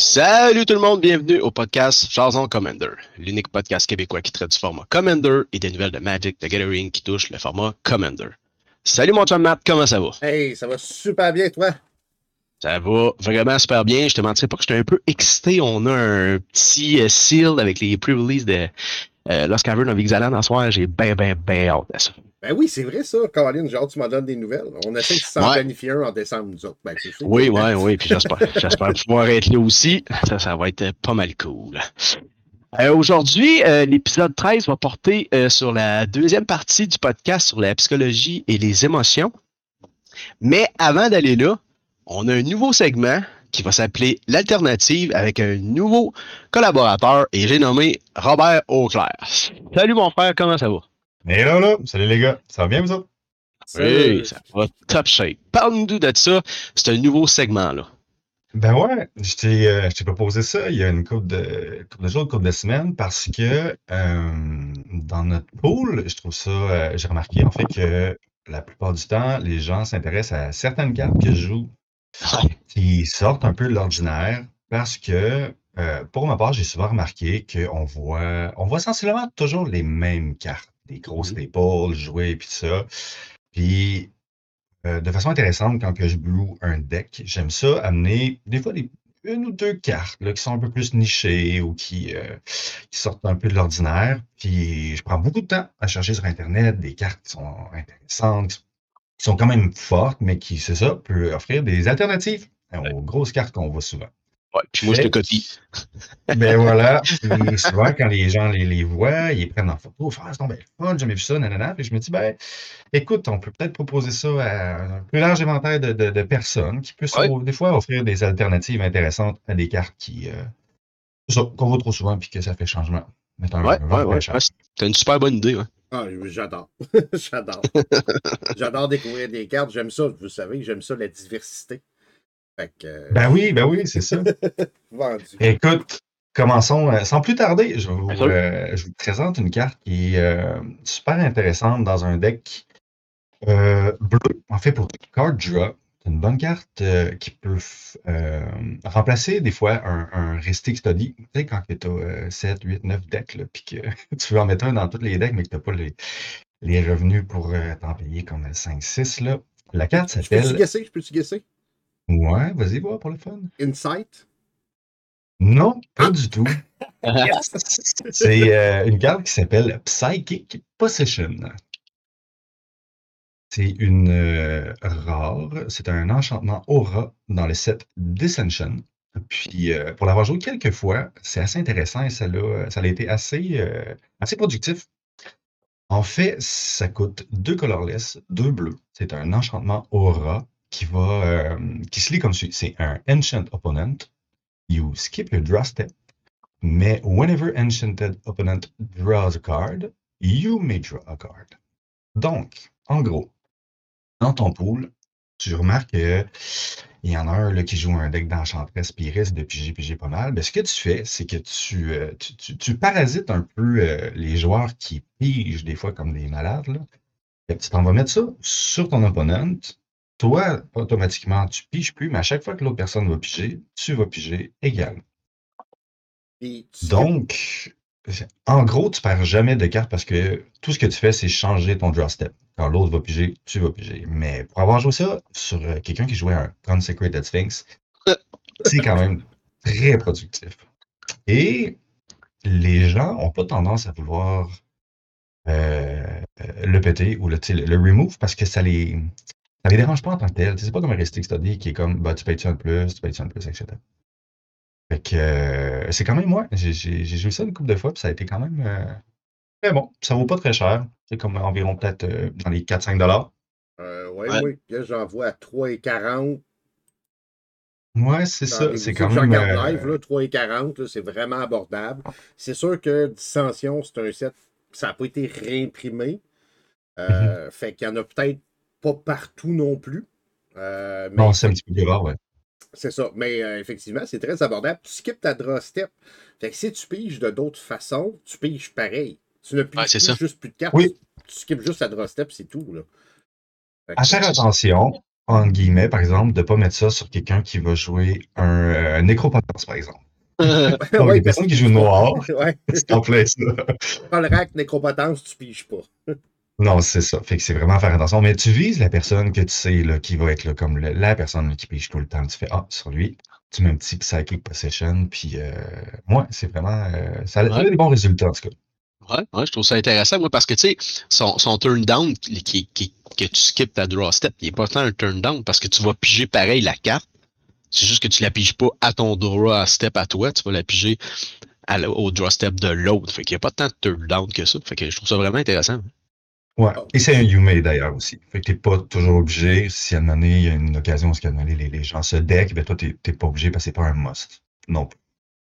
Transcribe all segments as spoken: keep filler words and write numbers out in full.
Salut tout le monde, bienvenue au podcast Jason Commander, l'unique podcast québécois qui traite du format Commander et des nouvelles de Magic the Gathering qui touchent le format Commander. Salut mon chum Matt, comment ça va? Hey, ça va super bien, toi? Ça va vraiment super bien, je te mentirais pas que j'étais un peu excité, on a un petit euh, seal avec les pre-release de euh, Lost Cavern of Ixalan en soir, j'ai ben ben ben hâte à ça. Ben oui, c'est vrai ça, Caroline, genre tu m'en donnes des nouvelles. On essaie de s'en Ouais, planifier un en décembre, nous autres. Ben tu sais, tout oui, le temps. ouais, oui, puis j'espère, j'espère pouvoir être là aussi, ça, ça va être pas mal cool. Euh, aujourd'hui, euh, l'épisode treize va porter euh, sur la deuxième partie du podcast sur la psychologie et les émotions. Mais avant d'aller là, on a un nouveau segment qui va s'appeler l'alternative avec un nouveau collaborateur et j'ai nommé Robert Auclair. Salut mon frère, comment ça va? Et là, là, salut les gars, ça va bien vous autres? Oui, Salut. ça va top shape. Parle-nous de ça, c'est un nouveau segment-là. Ben ouais, je t'ai euh, je t'ai proposé ça il y a une couple de, couple de jours, une couple de semaines, parce que euh, dans notre pool, je trouve ça, euh, j'ai remarqué en fait que la plupart du temps, les gens s'intéressent à certaines cartes que je joue qui sortent un peu de l'ordinaire, parce que euh, pour ma part, j'ai souvent remarqué qu'on voit, on voit sensiblement toujours les mêmes cartes, des gros Mhm. staples joués et puis ça. Puis Euh, de façon intéressante, quand que je brew un deck, j'aime ça amener des fois des, une ou deux cartes là, qui sont un peu plus nichées ou qui, euh, qui sortent un peu de l'ordinaire. Puis je prends beaucoup de temps à chercher sur Internet des cartes qui sont intéressantes, qui sont quand même fortes, mais qui, c'est ça, peut offrir des alternatives hein, aux grosses cartes qu'on voit souvent. Ouais, puis moi je te Fait copie. ben voilà, puis souvent quand les gens les, les voient, ils les prennent en photo, ils font ah, c'est donc bien le fun, j'ai jamais vu ça, nanana. Puis je me dis, ben, écoute, on peut peut-être proposer ça à un plus large éventail de, de- de personnes qui puissent Ouais, au- des fois offrir des alternatives intéressantes à des cartes qui euh, ça, qu'on voit trop souvent puis que ça fait changement. Mettre un, ouais, un ouais, vent ouais. fraîcheur. Ouais, c'est une super bonne idée. Ouais. Ah, j'adore. J'adore. J'adore découvrir des cartes. J'aime ça, vous savez, j'aime ça, la diversité. Fait que euh, Ben je oui, ben suis oui, c'est ça. vendu. Écoute, commençons euh, sans plus tarder. Je Bien vous, sûr. euh, je vous présente une carte qui est euh, super intéressante dans un deck Euh, bleu, en fait, pour Card Draw, c'est une bonne carte euh, qui peut f- euh, remplacer des fois un, un Ristic Study. Tu sais, quand tu as sept, huit, neuf decks, là, puis que tu veux en mettre un dans tous les decks, mais que tu n'as pas les, les revenus pour euh, t'en payer comme cinq, six, là. La Je carte je peux-tu s'appelle. guesser? Je peux-tu guesser? Ouais, vas-y, voir pour le fun. Insight? Non, pas Ah! du tout. Yes! C'est euh, une carte qui s'appelle Psychic Possession. C'est une euh, rare, c'est un enchantement aura dans le set Dissension. Puis euh, pour l'avoir joué quelques fois, c'est assez intéressant et ça l'a, ça a été assez, euh, assez productif. En fait, ça coûte deux colorless, deux bleus. C'est un enchantement aura qui va euh, qui se lit comme suit. C'est un Ancient Opponent. You skip your draw step, mais whenever Enchanted Opponent draws a card, you may draw a card. Donc, en gros, dans ton pool, tu remarques qu'il y en a un là, qui joue un deck d'Enchantress puis il risque de piger, piger pas mal. Ben, ce que tu fais, c'est que tu, euh, tu, tu- tu parasites un peu euh, les joueurs qui pigent des fois comme des malades. Là. Fait que tu t'en vas mettre ça sur ton opponent. Toi, automatiquement, tu piges plus, mais à chaque fois que l'autre personne va piger, tu vas piger également. Puis tu skips. Donc, en gros, tu perds jamais de cartes parce que tout ce que tu fais, c'est changer ton draw step. Quand l'autre va piger, tu vas piger. Mais pour avoir joué ça sur euh, quelqu'un qui jouait un Consecrated Sphinx, c'est quand même très productif. Et les gens ont pas tendance à vouloir euh, euh, le péter ou le, tu sais, le, le remove parce que ça les, ça les dérange pas en tant que tel. Tu sais, c'est pas comme un Restic Study qui est comme, bah, tu payes-tu un de plus, tu payes-tu un de plus, et cetera. Fait que euh, c'est quand même moi. J'ai j'ai- j'ai joué ça une couple de fois, puis ça a été quand même euh, très bon. Ça vaut pas très cher. C'est comme environ peut-être euh, dans les quatre cinq dollars. Euh, ouais, Ouais. moi, là, j'en vois à trois et quarante Ouais, c'est dans ça. les C'est boutiques. quand Je même. regarde live, euh, là, trois et quarante, là, c'est vraiment abordable. C'est sûr que Dissension, c'est un set, ça n'a pas été réimprimé. mhm. Euh, fait qu'il y en a peut-être pas partout non plus. Euh, Non, mais c'est un fait- petit peu plus rare, ouais. c'est ça. Mais euh, effectivement, c'est très abordable. Tu skips ta draw step. Fait que si tu piges de d'autres façons, tu piges pareil. Tu ne Ouais, piges c'est plus ça. juste plus de cartes. Tu, Oui, tu skips juste ta draw step, c'est tout. Là. Fait à que, faire C'est ça. attention. entre guillemets, par exemple, de pas mettre ça sur quelqu'un qui va jouer un, euh, un nécropotence, par exemple. Donc, Oui, les parce personnes qui que jouent tu vas. noir, Ouais. c'est en plein ça. Dans le rack nécropotence, tu piges pas. Non, c'est ça. Fait que c'est vraiment faire attention. Mais tu vises la personne que tu sais là, qui va être là, comme le- la personne qui pige tout le temps. Tu fais Ah, sur lui, tu mets un petit psychic possession, puis euh, ouais, c'est vraiment. euh, ça, a, ça Ouais, a des bons résultats, en tout cas. ouais, ouais, je trouve ça intéressant, moi, parce que, tu sais, son, son turn down, qui, qui, qui- que tu skips ta draw step, il n'est pas tant un turn down, parce que tu vas piger pareil la carte. C'est juste que tu la piges pas à ton draw step à toi, tu vas la piger à la- au draw step de l'autre. Fait qu'il n'y a pas tant de turn down que ça. Fait que je trouve ça vraiment intéressant. Ouais. Ah, Et c'est un Yume d'ailleurs aussi. Fait que t'es pas toujours obligé. Si à un moment donné, il y a une occasion où ce qu'à un moment donné, les, les gens se deck, ben toi, t'es t'es pas obligé parce que c'est pas un must. Non plus.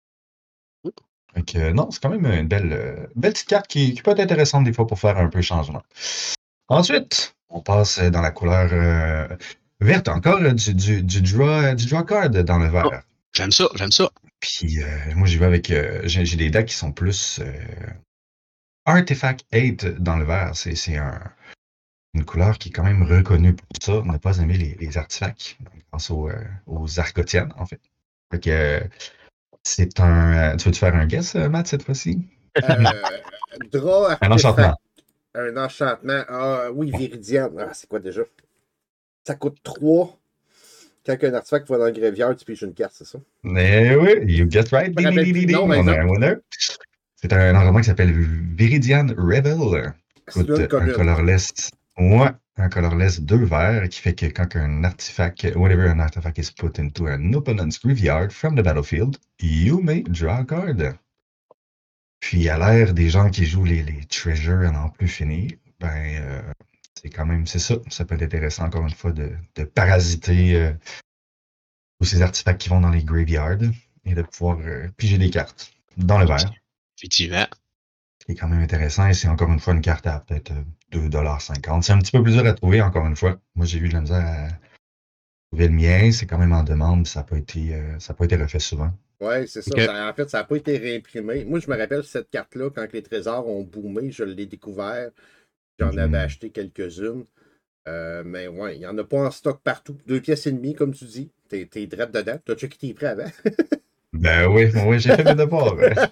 Fait que euh, non, c'est quand même une belle, euh, belle petite carte qui, qui peut être intéressante des fois pour faire un peu changement. Ensuite, on passe dans la couleur euh, verte, encore euh, du, du, du, draw, du draw card dans le Oh, vert. j'aime ça, j'aime ça. Puis euh, moi, j'y vais avec. euh, j'ai j'ai des decks qui sont plus euh, Artifact eight dans le vert. C'est c'est un, une couleur qui est quand même reconnue pour ça. Ne pas aimer les, les artefacts. Je pense aux, euh, aux Argotiennes, en fait. Fait que euh, c'est un. euh, Tu veux-tu faire un guess, euh, Matt, cette fois-ci? euh, Draw Un enchantement. artefact. Un enchantement. Ah oui, Viridian. Ah, c'est quoi déjà? Ça coûte trois. Quand un artefact va dans le graveyard, tu piges une carte, c'est ça? Mais oui, you get right. Je me Ding, ding, rappelle ding, plus ding, le nom, ding. par On a un exemple. winner. C'est un enchantement qui s'appelle Viridian Revel. C'est Coûte une un commune. colorless. Ouais, un colorless deux verts qui fait que quand un artefact, whenever an artifact is put into an opponent's graveyard from the battlefield, you may draw a card. Puis à l'ère des gens qui jouent les, les treasures à n'en plus finir, ben euh, c'est quand même, c'est ça. Ça peut être intéressant encore une fois de, de parasiter euh, tous ces artefacts qui vont dans les graveyards et de pouvoir euh, piger des cartes dans le vert. Effectivement. Ce qui est quand même intéressant, et c'est encore une fois une carte à peut-être euh, deux dollars cinquante. C'est un petit peu plus dur à trouver, encore une fois. Moi, j'ai eu de la misère à trouver le mien. C'est quand même en demande. Ça n'a pas été, euh, ça a pas été refait souvent. Ouais, c'est ça. Ok. Ça- En fait, ça n'a pas été réimprimé. Moi, je me rappelle cette carte-là, quand les trésors ont boomé, je l'ai découvert. J'en avais Mhm. acheté quelques-unes. Euh, mais ouais, il n'y en a pas en stock partout. Deux pièces et demie, comme tu dis. T'es, t'es drette dedans. T'as checké tes prêts avant. Ben oui, oui, j'ai fait mes devoirs.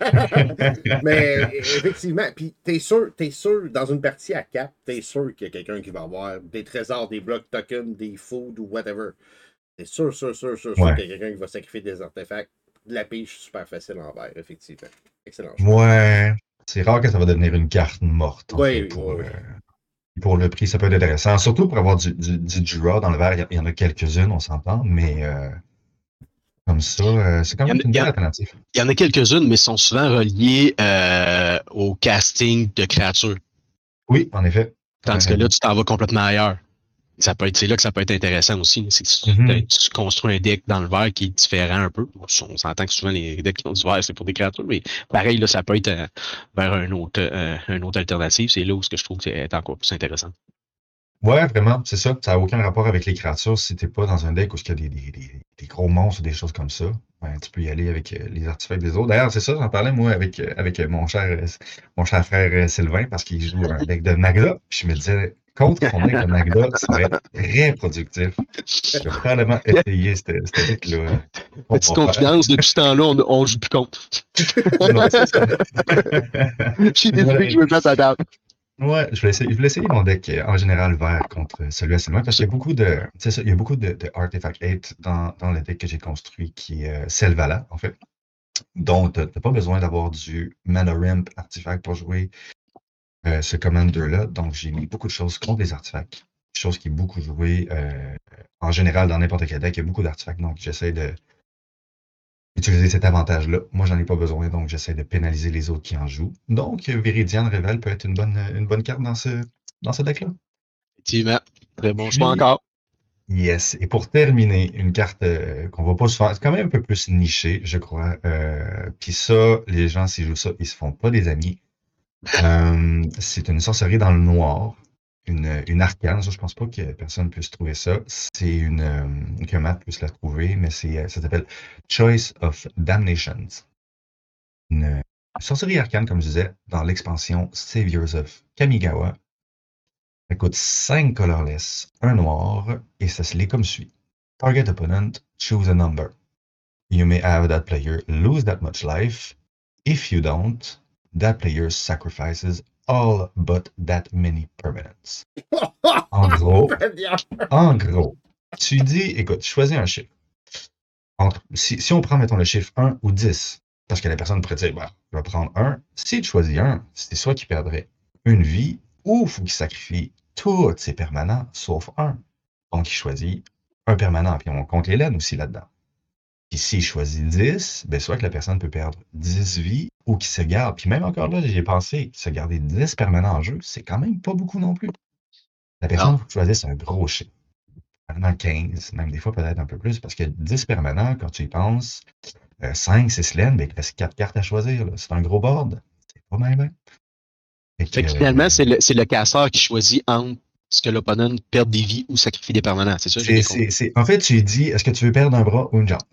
Mais effectivement, puis t'es sûr, t'es sûr, dans une partie à quatre, t'es sûr qu'il y a quelqu'un qui va avoir des trésors, des blocs tokens, des food ou whatever. T'es sûr, sûr, sûr, sûr, sûr Ouais. qu'il y a quelqu'un qui va sacrifier des artefacts. De la pêche super facile en vert, effectivement. Excellent choix. Ouais. C'est rare que ça va devenir une carte morte, en fait, Oui, oui, pour, oui. euh, pour le prix. Ça peut être intéressant. Surtout pour avoir du, du, du draw dans le verre. Il y a- il y, en a quelques-unes, on s'entend, mais euh, comme ça, euh, c'est quand Il y même en, une il y belle en- alternative. il y en a quelques-unes, mais sont souvent reliées euh, au casting de créatures. Oui, en effet. T'as bien Tandis que là, raison. tu t'en vas complètement ailleurs. Ça peut être, c'est là que ça peut être intéressant aussi. C'est que tu, t'as- Mhm. tu construis un deck dans le vert qui est différent un peu. On s'entend que souvent les decks qui ont du vert, c'est pour des créatures, mais pareil, là, ça peut être euh, vers un autre, euh, une autre alternative. C'est là où ce que je trouve que c'est encore plus intéressant. Ouais, vraiment, c'est ça. Ça n'a aucun rapport avec les créatures. Si t'es pas dans un deck où il y a des, des, des, des gros monstres ou des choses comme ça, ben, tu peux y aller avec euh, les artefacts des autres. D'ailleurs, c'est ça, j'en parlais moi avec, euh, avec euh, mon cher, euh, mon cher frère euh, Sylvain parce qu'il joue un deck de Magda. Puis je me disais, contre son deck de Magda, ça va être très productif. Je vais probablement essayer ce ce deck-là. On Petite va faire. confidence, depuis ce temps-là, on, on joue plus contre. Non, c'est ça. J'ai décidé que Ouais, je veux pas ta date. ouais, je voulais essayer, je voulais essayer mon deck euh, en général vert contre celui à Sylvain parce qu'il y a beaucoup de, c'est ça, il y a beaucoup de, de Artifact eight dans, dans le deck que j'ai construit qui est euh, Selvala, en fait. Donc, tu n'as pas besoin d'avoir du Mana Ramp Artifact pour jouer euh, ce commander-là. Donc, j'ai mis beaucoup de choses contre les artefacts. Chose qui est beaucoup jouée euh, en général dans n'importe quel deck. Il y a beaucoup d'artefacts. Donc, j'essaie de utiliser cet avantage-là. Moi, j'en ai pas besoin, donc j'essaie de pénaliser les autres qui en jouent. Donc, euh, Viridian Revel peut être une bonne, une bonne carte dans ce, dans ce deck-là. Effectivement. Très bon choix Puis, encore. yes. Et pour terminer, une carte euh, qu'on va pas se faire, c'est quand même un peu plus niché, je crois. Euh, Puis ça, les gens, s'ils jouent ça, ils se font pas des amis. Euh, c'est une sorcellerie dans le noir, une, une arcane. Ça, je pense pas que personne puisse trouver ça. C'est une euh, que Matt puisse la trouver, mais c'est euh, ça s'appelle Choice of Damnations. Une sorcellerie arcane, comme je disais, dans l'expansion Saviors of Kamigawa. Ça coûte cinq colorless, un noir, et ça se lit comme suit. Target opponent, choose a number. You may have that player lose that much life. If you don't, that player sacrifices all but that many permanents. En gros, en gros, tu dis, écoute, choisis un chiffre. Entre, si, si on prend, mettons, le chiffre un ou dix, parce que la personne pourrait dire, bah, je vais prendre un. Si tu choisis un, c'est soit qu'il perdrait une vie, ou il faut qu'il sacrifie tous ses permanents, sauf un. Donc, il choisit un permanent, puis on compte les laines aussi là-dedans. Puis s'il choisit dix, ben soit que la personne peut perdre dix vies, ou qu'il se garde. Puis même encore là, j'y ai pensé, se garder dix permanents en jeu, c'est quand même pas beaucoup non plus. La personne, Non. il faut choisir un gros chiffre. Permanent quinze, même des fois peut-être un peu plus, parce que dix permanents, quand tu y penses, euh, cinq, six laines, ben, il te reste quatre cartes à choisir. là. C'est un gros board. C'est pas mal, hein? Fait Fait que, que finalement, euh, c'est le, c'est le casseur qui choisit entre ce que l'opponent perd des vies ou sacrifie des permanents. C'est ça, j'ai c'est, bien compris. c'est, c'est- en fait, tu lui dis, est-ce que tu veux perdre un bras ou une jambe?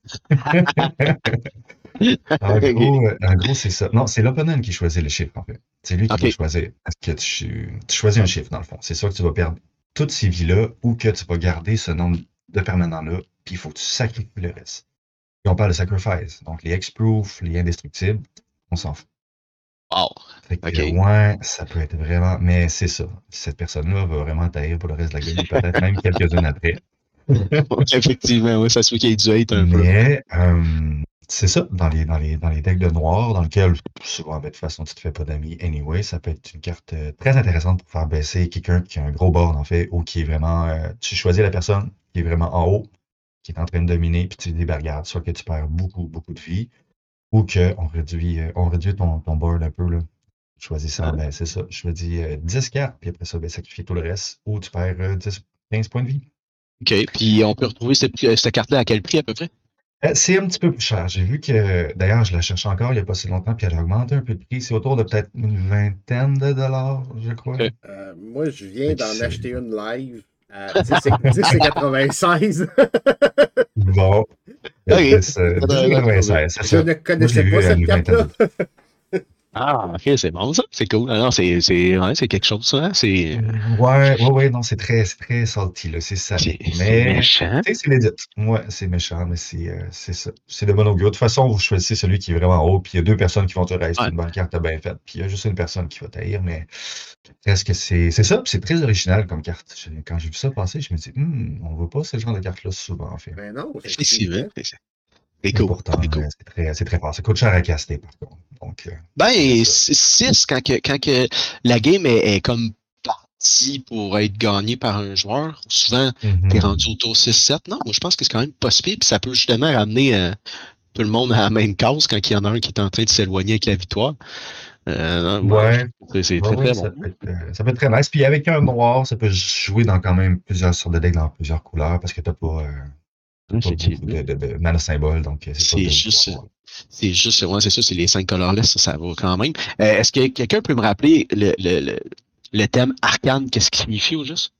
En OK. gros, euh, en gros, c'est ça. Non, c'est l'opponent qui choisit le chiffre, en fait. C'est lui qui va OK. choisir. Est-ce que tu, tu choisis un chiffre, dans le fond. C'est sûr que tu vas perdre toutes ces vies-là ou que tu vas garder ce nombre de permanents-là, puis il faut que tu sacrifies le reste. Et on parle de sacrifice. Donc, les X-Proof, les indestructibles, on s'en fout. Wow. Fait que, OK. ouais, ça peut être vraiment. Mais c'est ça. Cette personne-là va vraiment tailler pour le reste de la game, peut-être même quelques-unes après. Effectivement, oui, ça se fait qu'il y ait du hate un peu. Mais euh, c'est ça, dans les, dans, les, dans les decks de noir, dans lesquels souvent, ben, de toute façon, tu te fais pas d'amis anyway, ça peut être une carte euh, très intéressante pour faire baisser quelqu'un qui a un gros board, en fait, ou qui est vraiment. euh, tu choisis la personne qui est vraiment en haut, qui est en train de dominer, puis tu dis, ben, regarde, soit que tu perds beaucoup, beaucoup de vie, ou qu'on réduit, euh, on réduit ton, ton board un peu, là. Choisissant, Hein? ben, c'est ça. Je choisis euh, dix cartes, puis après ça, ben, sacrifier tout le reste, ou tu perds euh, dix, quinze points de vie. OK. Puis on peut retrouver cette, cette carte-là à quel prix à peu près? Euh, c'est un petit peu plus cher. J'ai vu que, d'ailleurs, je la cherche encore il n'y a pas si longtemps, puis elle a augmenté un peu de prix. C'est autour de peut-être une vingtaine de dollars, je crois. OK. Euh, moi, je viens Fait que d'en c'est acheter une live à dix et quatre-vingt-seize. bon. OK. dix, euh, dix quatre-vingt-seize, c'est Je ça. ne Moi, je l'ai connaissais vu pas à cette une vingtaine carte-là. de dollars. Ah, ok, c'est bon ça. C'est cool. Alors, c'est, c'est, ouais, c'est quelque chose, ça. Hein? C'est, Ouais, ouais, ouais, non, c'est très, c'est très salty, là, c'est c'est, salé. c'est Mais, méchant. tu sais, c'est legit. Ouais, c'est méchant, mais c'est euh, c'est ça. C'est de bon augure. De toute façon, vous choisissez celui qui est vraiment haut, puis il y a deux personnes qui vont te rester Ouais. une bonne carte bien faite, puis il y a juste une personne qui va taillir, mais est-ce que c'est c'est ça, puis c'est très original comme carte. Je- Quand j'ai vu ça passer, je me dis, hmm, on voit pas ce genre de carte-là souvent, en fait. Ben non, Effectivement. effectivement. C'est c'est Et cool. pourtant, C'est cool. euh, c'est très, c'est très fort. Ça coûte cher à caster, par contre. Donc, euh, c'est Ben, ça. six quand, que, quand que la game est, est comme partie pour être gagnée par un joueur, souvent, t'es rendu Mhm. autour six sept. Non, moi, je pense que c'est quand même pas si pire, puis ça peut justement ramener euh, tout le monde à la même case quand il y en a un qui est en train de s'éloigner avec la victoire. Euh, non, moi, Ouais, c'est c'est ouais, très, ouais, très ça bon. peut être, euh, ça peut être très nice. Puis avec un noir, ça peut jouer dans quand même plusieurs sortes de decks dans plusieurs couleurs parce que t'as pas, euh, t'as pas beaucoup Effectivement. de, de, de mana symboles, donc euh, c'est pas C'est deux ou trois juste, noirs. c'est juste, ouais, c'est ça, c'est les cinq colorless, ça, ça va quand même. Euh, est-ce que quelqu'un peut me rappeler le, le, le, le thème arcane, qu'est-ce qu'il signifie au juste?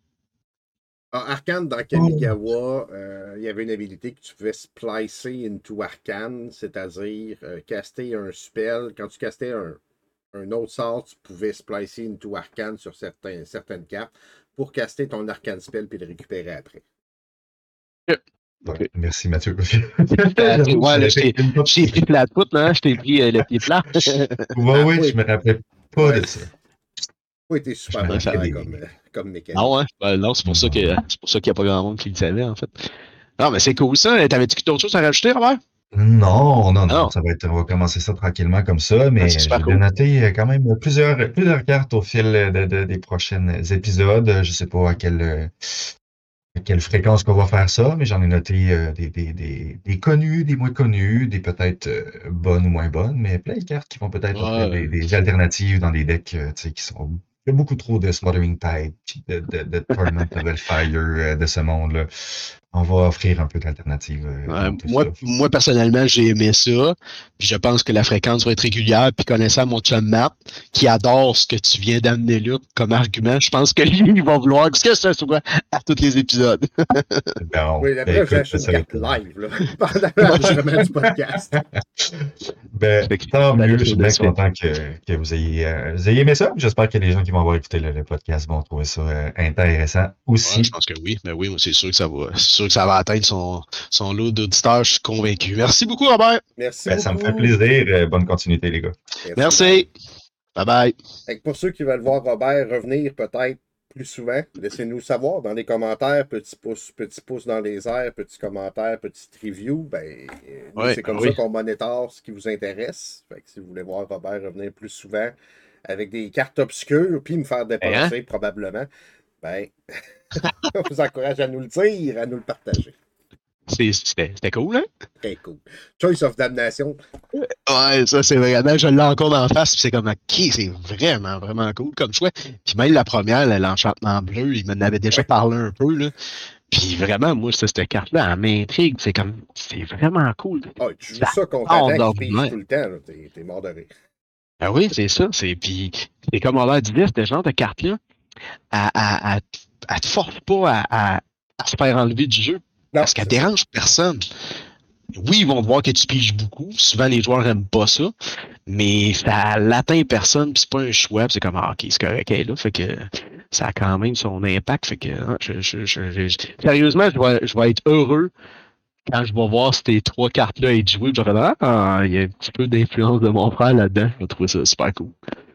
Ah, Arcane, dans Oh. Kamigawa, euh, il y avait une habilité que tu pouvais splicer into Arcane, c'est-à-dire euh, caster un spell. Quand tu castais un, un autre sort, tu pouvais splicer into Arcane sur certains, certaines cartes pour caster ton Arcane spell puis le récupérer après. Ok. Ouais, Ok. merci Mathieu. Euh, J'avoue que ouais, ça là, aurait je fait t'ai une je t'ai pris partie. plat de là, hein, je t'ai pris euh, le pied plat. Ouais, Ah, ouais, oui, je me rappelais pas ouais, de ça. pas été Je super me Ouais, ça- rappelais populaire des. comme, euh, comme Non, mécanique. ouais. Ben, non, c'est pour ça que Non. c'est pour ça qu'il n'y a pas grand monde qui le savait, en fait. Non, mais c'est cool ça. T'avais-tu d'autres choses à rajouter, Robert? Non, non, Ah non, non. ça va être, on va commencer ça tranquillement comme ça, Ah, c'est mais super j'ai bien cool. noté euh, quand même plusieurs, plusieurs cartes au fil de, de- des prochains épisodes. Je sais pas à quelle, euh, à quelle fréquence qu'on va faire ça, mais j'en ai noté euh, des, des, des, des connus, des moins connus, des peut-être euh, bonnes ou moins bonnes, mais plein de cartes qui vont peut-être offrir Ouais. des, des alternatives dans des decks euh, tu sais, qui sont. Il y a beaucoup trop de Smothering Tide, puis de, de, de Tournament of Hellfire, euh, de ce monde-là. on va offrir un peu d'alternative euh, Ouais, dans tout moi, ça. moi, personnellement, j'ai aimé ça. Puis je pense que la fréquence va être régulière. Puis connaissant mon chum Matt, qui adore ce que tu viens d'amener là comme argument, je pense que lui, il va vouloir que ça soit à tous les épisodes. Bon, Oui, ben après, j'ai écoute, acheté une ça va carte être... live là, pendant Ouais. l'enregistrement du podcast. Ben, Fait que tant ça mieux, laisse je suis de bien suite. content que, que vous ayez, euh, vous ayez aimé ça. J'espère que les gens qui vont avoir écouté le, le podcast vont trouver ça euh, intéressant Ouais, je aussi. pense que oui. Ben oui, moi, c'est sûr que ça va. C'est sûr que ça va atteindre son, son lot d'auditeurs, je suis convaincu. Merci beaucoup, Robert. Merci Ben, ça me fait beaucoup. plaisir. Euh, bonne continuité, les gars. Merci, bye. Merci. Bye bye. Fait que pour ceux qui veulent voir Robert revenir peut-être plus souvent, laissez-nous savoir dans les commentaires, petit pouce, petit pouce dans les airs, petit commentaire, petite review. Ben, euh, nous, Ouais, c'est ben comme ça oui. qu'on monétore ce qui vous intéresse. Fait que si vous voulez voir Robert revenir plus souvent avec des cartes obscures, puis me faire Eh, hein? dépenser probablement, ben, on vous encourage à nous le dire, à nous le partager. C'est- C'était c'était cool, hein? Très cool. Choice of Damnation. Ouais, ça, c'est vraiment, je l'ai encore d'en face, puis c'est comme, ok, c'est vraiment, vraiment cool comme choix. Puis même la première, là, l'enchantement bleu, il m'en avait déjà Ouais. parlé un peu, là. Puis vraiment, moi, ça, cette carte-là, elle m'intrigue. C'est comme, c'est vraiment cool. Ah, tu joues Ça ça contre sort attaque qui pige d'ordinaire. tout le temps, là. T'es, t'es mort de rire. Ah oui, c'est ça. C'est, puis, c'est comme on l'a dit, ce genre de carte-là, elle, elle, elle, elle te force pas à, à, à se faire enlever du jeu. Non, Parce qu'elle c'est ça. dérange personne. Oui, ils vont voir que tu piges beaucoup. Souvent, les joueurs n'aiment pas ça. Mais ça l'atteint personne, puis c'est pas un choix, puis c'est comme, ah, ok, c'est correct, elle est là. Fait que ça a quand même son impact. Fait que, hein, je, je, je, je- sérieusement, je vais, je vais être heureux quand je vais voir ces trois cartes-là être jouées. Je vais faire, ah, il y a un petit peu d'influence de mon frère là-dedans. Je vais trouver ça super cool.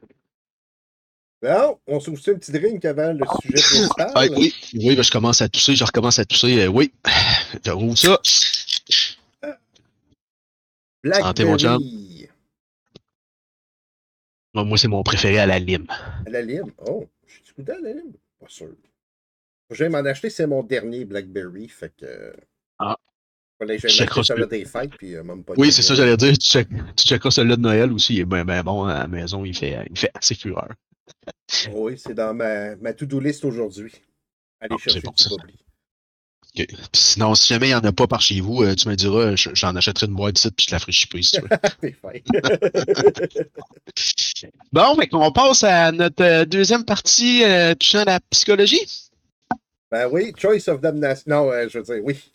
Bon, on s'ouvre un petit drink avant le sujet Ah, principal. oui, oui, ben, je commence à tousser, je recommence à tousser. Euh, oui, je roule ça. Santé, mon chum. Blackberry Moi, moi, c'est mon préféré à la lime. à la lime. Oh, je suis goûté à la lime? Pas sûr. Je vais m'en acheter, c'est mon dernier Blackberry. Fait que. Ah, Fallait que tu j'aille m'acheter checkeras celui celui- des fêtes, puis euh, même pas Oui, de c'est ça, Noël. j'allais dire. Tu, check, tu checkeras celui-là de Noël aussi. Il est ben, ben bon à la maison. Il fait, il fait assez fureur. Oh oui, c'est dans ma, ma to-do list aujourd'hui. Aller Bon, c'est chercher bon, du ça. Bobli. Ok. Puis sinon, si jamais il n'y en a pas par chez vous, euh, tu me diras, je- j'en achèterai une boîte ici, puis je te la ferai shipper si tu veux. T'es fin. Bon, mais on passe à notre euh, deuxième partie euh, touchant à la psychologie. Ben oui, Choice of Damnation. Non, euh, je veux dire, oui.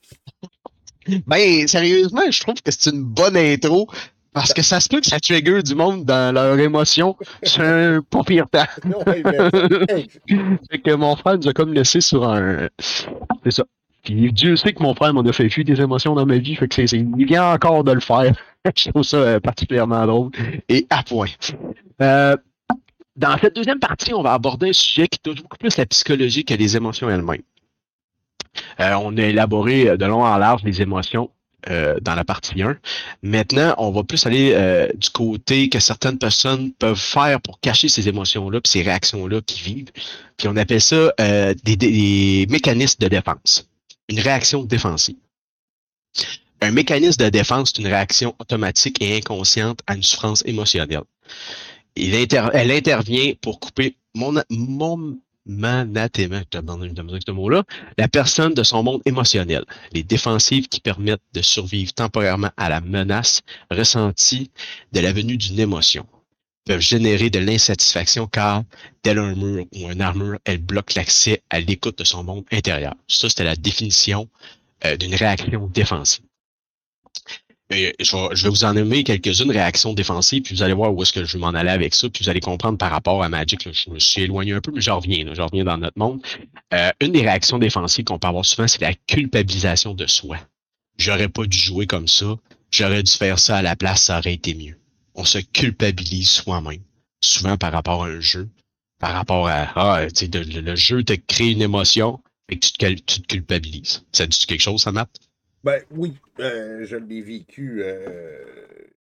Ben, sérieusement, je trouve que c'est une bonne intro parce que ça se peut que ça trigger du monde dans leurs émotions. C'est un pas pire temps. Ouais, mais ça. Fait que mon frère nous a comme laissé sur un. C'est ça. Puis Dieu sait que mon frère m'en a fait fuir des émotions dans ma vie, fait que c'est, c'est- il vient encore de le faire. Je trouve ça euh, particulièrement drôle et à point. Euh, dans cette deuxième partie, on va aborder un sujet qui touche beaucoup plus la psychologie que les émotions elles-mêmes. Euh, on a élaboré euh, de long en large les émotions euh, dans la partie un. Maintenant, on va plus aller euh, du côté que certaines personnes peuvent faire pour cacher ces émotions-là et ces réactions-là qu'ils vivent. Puis on appelle ça euh, des, des, des mécanismes de défense. Une réaction défensive. Un mécanisme de défense, c'est une réaction automatique et inconsciente à une souffrance émotionnelle. Il inter- elle intervient pour couper mon, mon manatéma, je te demande de me dire ce mot-là, la personne de son monde émotionnel. Les défensives qui permettent de survivre temporairement à la menace ressentie de la venue d'une émotion peuvent générer de l'insatisfaction car, tel un mur ou une armure, elle bloque l'accès à l'écoute de son monde intérieur. Ça, c'était la définition euh, d'une réaction défensive. Et je, vais, je vais vous en nommer quelques-unes réactions défensives, puis vous allez voir où est-ce que je vais m'en aller avec ça, puis vous allez comprendre par rapport à Magic. Là, je me suis éloigné un peu, mais j'en reviens, là, j'en reviens dans notre monde. Euh, une des réactions défensives qu'on peut avoir souvent, c'est la culpabilisation de soi. J'aurais pas dû jouer comme ça, j'aurais dû faire ça à la place, ça aurait été mieux. On se culpabilise soi-même, souvent par rapport à un jeu, par rapport à ah, tu sais, le, le jeu te crée une émotion, et que tu te, tu te culpabilises. Ça dit quelque chose, ça, Matt? Ben oui, euh, je l'ai vécu euh,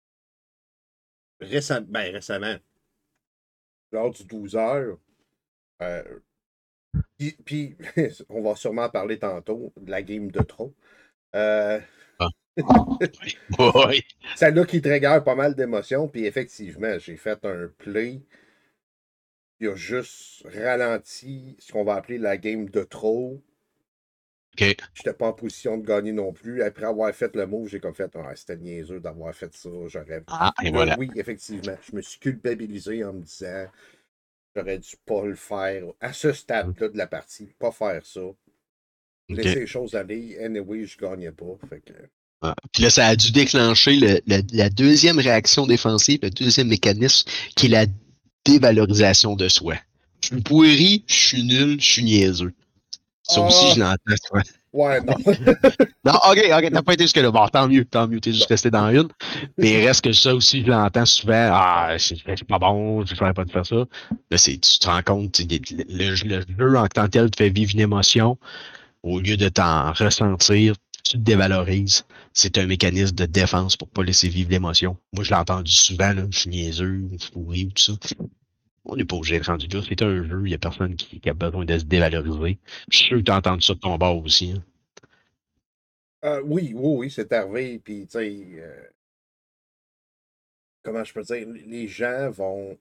récem- ben, récemment, lors du douze heures. Euh, puis, puis, on va sûrement parler tantôt de la game de trop. Euh, Ah. Oui. Oui. Celle-là qui trigger pas mal d'émotions. Puis effectivement, j'ai fait un play qui a juste ralenti ce qu'on va appeler la game de trop. OK. J'étais pas en position de gagner non plus. Après avoir fait le move, j'ai comme fait, ah, c'était niaiseux d'avoir fait ça. J'aurais. Ah, et Là, voilà. oui, effectivement. Je me suis culpabilisé en me disant, j'aurais dû pas le faire à ce stade-là de la partie. Pas faire ça. Laisser OK. les choses aller. Anyway, je gagnais pas. Fait que. Ah. Puis là, ça a dû déclencher le- le- la deuxième réaction défensive, le deuxième mécanisme, qui est la dévalorisation de soi. Je suis pourri, je suis nul, je suis niaiseux. Ça aussi, je Ah, l'entends souvent. ouais, non. Non, ok, ok, t'as pas été jusque-là. Bon, tant mieux, tant mieux, t'es juste Non. resté dans une. Mais il reste que ça aussi, je l'entends souvent. Ah, c'est c'est pas bon, je ne ferais pas de faire ça. Là, c'est, tu te rends compte, tu sais, le, le- le jeu en tant que tel te fait vivre une émotion. Au lieu de t'en ressentir, tu te dévalorises. C'est un mécanisme de défense pour pas laisser vivre l'émotion. Moi, je l'ai entendu souvent, là, je suis niaiseux, je suis pourri, tout ça. On n'est pas obligé d'être rendu là. C'est un jeu, il n'y a personne qui, qui a besoin de se dévaloriser. Je suis sûr que tu as entendu ça de ton bord aussi. Hein. Euh, oui, oui, oui, c'est arrivé. Puis, tu sais, euh, comment je peux dire, les gens vont,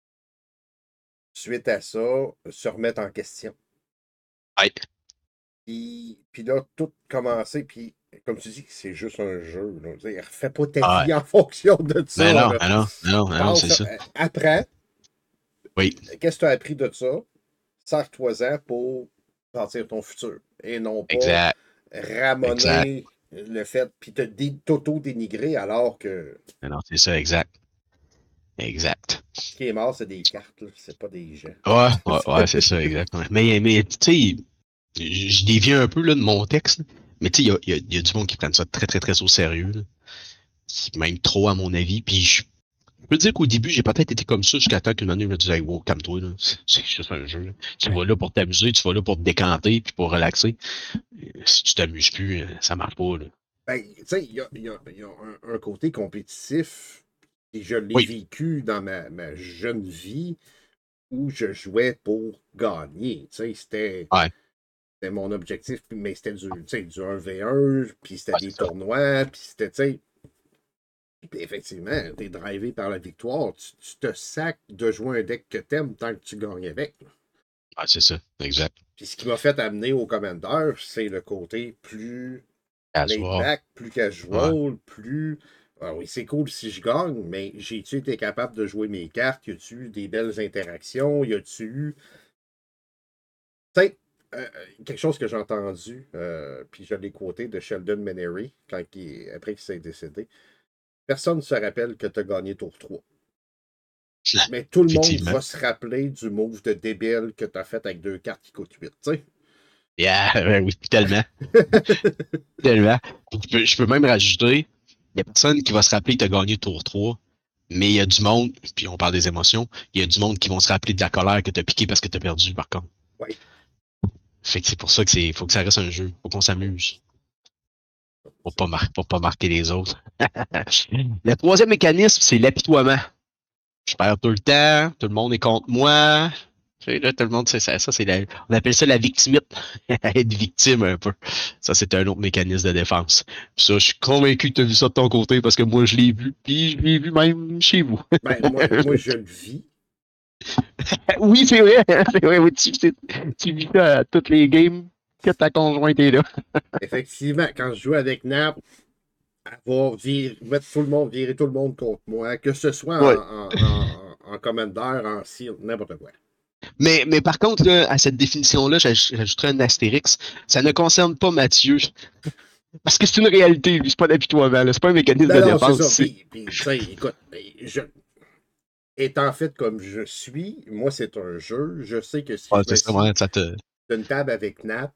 suite à ça, se remettre en question. Ouais. Puis, puis là, tout commencer, puis comme tu dis, c'est juste un jeu. Là. Tu sais, refais pas ta Ah ouais. vie en fonction de Mais ça. non, Là. mais non, mais non, mais non, c'est Passe, ça. euh, apprends, Oui, qu'est-ce que tu as appris de ça? Sers-toi-en pour bâtir ton futur. Et non pas exact, exact. ramonner le fait, puis te dé- t'auto-dénigrer alors que Mais non, c'est ça, exact. Exact. ce qui est mort, c'est des cartes, là, c'est pas des gens. Ouais, ouais, ouais, c'est ça, exact. Ouais. Mais, mais tu sais, je je dévie un peu là, de mon texte, là. Mais tu sais, il y a, il y a- il y a du monde qui prennent ça très, très, très au sérieux. Là. Qui- Même trop, à mon avis. Puis je Je peux dire qu'au début, j'ai peut-être été comme ça jusqu'à temps qu'une année, je me disais, hey, wow, calme-toi, là. C'est c'est juste un jeu. Là. Tu vas là pour t'amuser, tu vas là pour te décanter puis pour relaxer. Euh, Si tu t'amuses plus, euh, ça marche pas, là. Ben, tu sais, il y a, il y a- il y a un, un côté compétitif, et je l'ai Oui. vécu dans ma, ma jeune vie où je jouais pour gagner. Tu sais, c'était Ouais, c'était mon objectif, mais c'était du, tu sais, du un v un, puis c'était ouais, des c'est ça. tournois, puis c'était, tu sais, puis effectivement, t'es drivé par la victoire, tu, tu te sacs de jouer un deck que t'aimes tant que tu gagnes avec. Ouais, c'est ça. Exact. Puis ce qui m'a fait amener au Commander, c'est le côté plus laid Casual. back, plus Ouais. casual, plus. Ah oui, c'est cool si je gagne, mais j'ai-tu été capable de jouer mes cartes? Y a-tu eu des belles interactions? Y a-tu eu. Tu sais, euh, quelque chose que j'ai entendu, euh, puis je l'ai quoté de Sheldon Menery, quand il, après qu'il s'est décédé. Personne ne se rappelle que tu as gagné tour trois. Mais tout le monde Effectivement. va se rappeler du move de débile que tu as fait avec deux cartes qui coûtent huit, tu sais. Yeah, ouais, oui, tellement. Tellement. Puis Je peux, je peux même rajouter, il y a personne qui va se rappeler que tu as gagné tour trois, mais il y a du monde, puis on parle des émotions, il y a du monde qui vont se rappeler de la colère que tu as piqué parce que tu as perdu, par contre. Oui. Fait que c'est pour ça que c'est, faut que ça reste un jeu. Faut qu'on s'amuse. Pour pas, mar pour pas marquer les autres. Le troisième mécanisme, c'est l'apitoiement. Je perds tout le temps, tout le monde est contre moi. Tu sais, là, tout le monde, c'est ça, ça c'est la, on appelle ça la victimite. Être victime un peu. Ça, c'est un autre mécanisme de défense. Puis ça, je suis convaincu que tu as vu ça de ton côté parce que moi, je l'ai vu. Puis je l'ai vu même chez vous. Ben, moi, moi, je le vis. Oui, c'est vrai. C'est vrai. Oui, tu, tu, tu vis ça à toutes les games que ta conjointe est là. Effectivement, quand je joue avec Nap, elle va virer, mettre tout le monde, virer tout le monde contre moi, que ce soit Ouais. en, en, en, en Commander, en Seal, n'importe quoi. Mais, mais par contre, là, à cette définition-là, j'ajouterais un astérix. Ça ne concerne pas Mathieu. Parce que c'est une réalité, lui, c'est pas d'apitoiement, là. C'est pas un mécanisme Non, de non, c'est défense. ça. C'est... Puis, puis tu sais, écoute, je, étant fait comme je suis, moi, c'est un jeu. Je sais que si Ouais, je c'est me ça, ouais, suis ça te... d'une table avec Nat,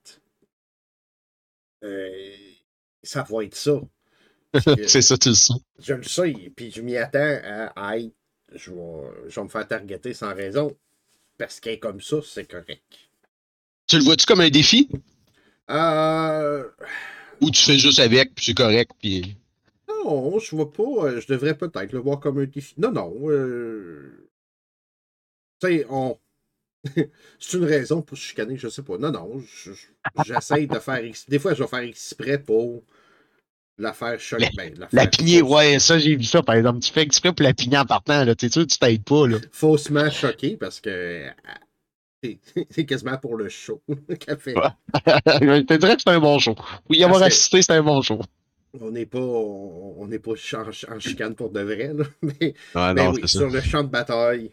euh, ça va être ça. Puis c'est que ça, tu le sens. je le sais, puis je m'y attends à, à être. Je vais, je vais me faire targeter sans raison. Parce qu'elle est comme ça, c'est correct. Tu le vois-tu comme un défi? Euh. Ou tu fais juste avec, puis c'est correct, puis... Non, je vois pas. euh, Je devrais peut-être le voir comme un défi. Non, non. Euh... Tu sais, on. C'est une raison pour se chicaner, je sais pas. Non, non. je- je- J'essaye de faire. ex- Des fois, je vais faire exprès pour la faire choc. La, Ben, la la faire pignée, fausse... ouais, ça, j'ai vu ça, par exemple. Tu fais exprès pour la pigner en partant, là. T'es sûr que tu t'aides pas, là. faussement choquer parce que C'est c'est quasiment pour le show qu'elle fait. Ouais. Je te dirais que c'est un bon show. Oui, y avoir Parce que assisté, c'est un bon show. on n'est pas, on, on n'est pas ch- en, ch- en chicane pour de vrai, là. Mais, Ouais, mais non, oui, c'est ça. sur le champ de bataille,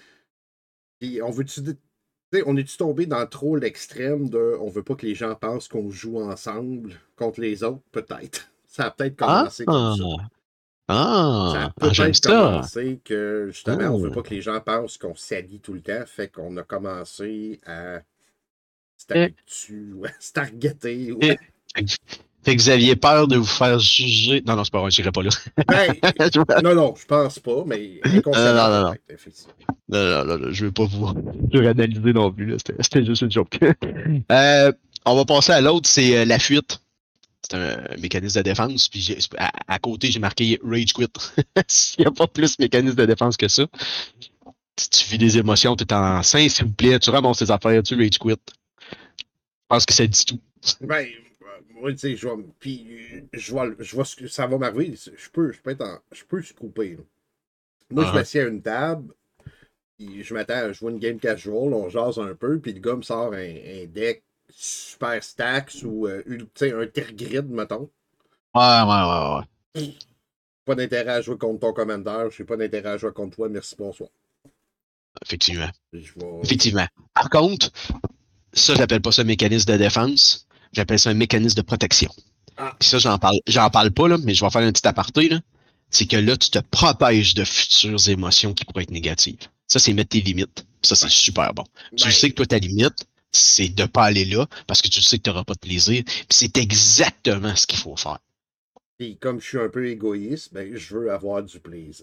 puis on veut-tu di- tu sais, on est-tu tombé dans trop l'extrême de on veut pas que les gens pensent qu'on joue ensemble contre les autres? Peut-être. Ça a peut-être Ah, commencé comme ça. ah, Ça a ah, ah, j'aime peut-être ça. commencé que justement, on veut Ah. pas que les gens pensent qu'on s'allie tout le temps, fait qu'on a commencé à se Eh, taper dessus, ou à se targeter. ou à- eh. Fait que fait que vous aviez peur de vous faire juger. Non, non, c'est pas vrai, j'irai pas là. Ben, non, non, je pense pas, mais Non, inconsciemment non, non, non. peut-être, effectivement. Non, non, non, non, je vais pas vous suranalyser non plus, là. C'était c'était juste une joke. Euh, on va passer à l'autre, c'est euh, la fuite. C'est un mécanisme de défense. Puis j'ai- à, à côté, j'ai marqué Rage Quit. S'il n'y a pas plus de mécanisme de défense que ça. Si tu vis des émotions, tu es en sein, s'il vous plaît, tu ramasses tes affaires, tu Rage Quit. Je pense que ça dit tout. Ben, euh, moi, tu sais, je vais. Puis, euh, je vois, je vois ce que ça va m'arriver. Je peux, je peux être en. Je peux se couper, là. Moi, je Uh-huh. m'assieds à une table, puis je m'attends, je vois une game casual, on jase un peu, puis le gars me sort un, un deck super stacks ou euh, une- tu sais, un Tergrid, mettons. Ouais, ouais, ouais, ouais. Pas d'intérêt à jouer contre ton commandeur, j'ai pas d'intérêt à jouer contre toi, merci, bonsoir. Effectivement. Puis je vais. Effectivement. Par contre, ça, j'appelle pas ça un mécanisme de défense. J'appelle ça un mécanisme de protection. Ah, Puis ça, j'en parle, j'en parle pas, là, mais je vais faire un petit aparté, là. C'est que là, tu te protèges de futures émotions qui pourraient être négatives. Ça, c'est mettre tes limites. Ça, c'est ouais. super bon. Tu le Ben, sais que toi, ta limite, c'est de pas aller là parce que tu sais que tu n'auras pas de plaisir. Puis c'est exactement ce qu'il faut faire. puis comme je suis un peu égoïste, ben, je veux avoir du plaisir.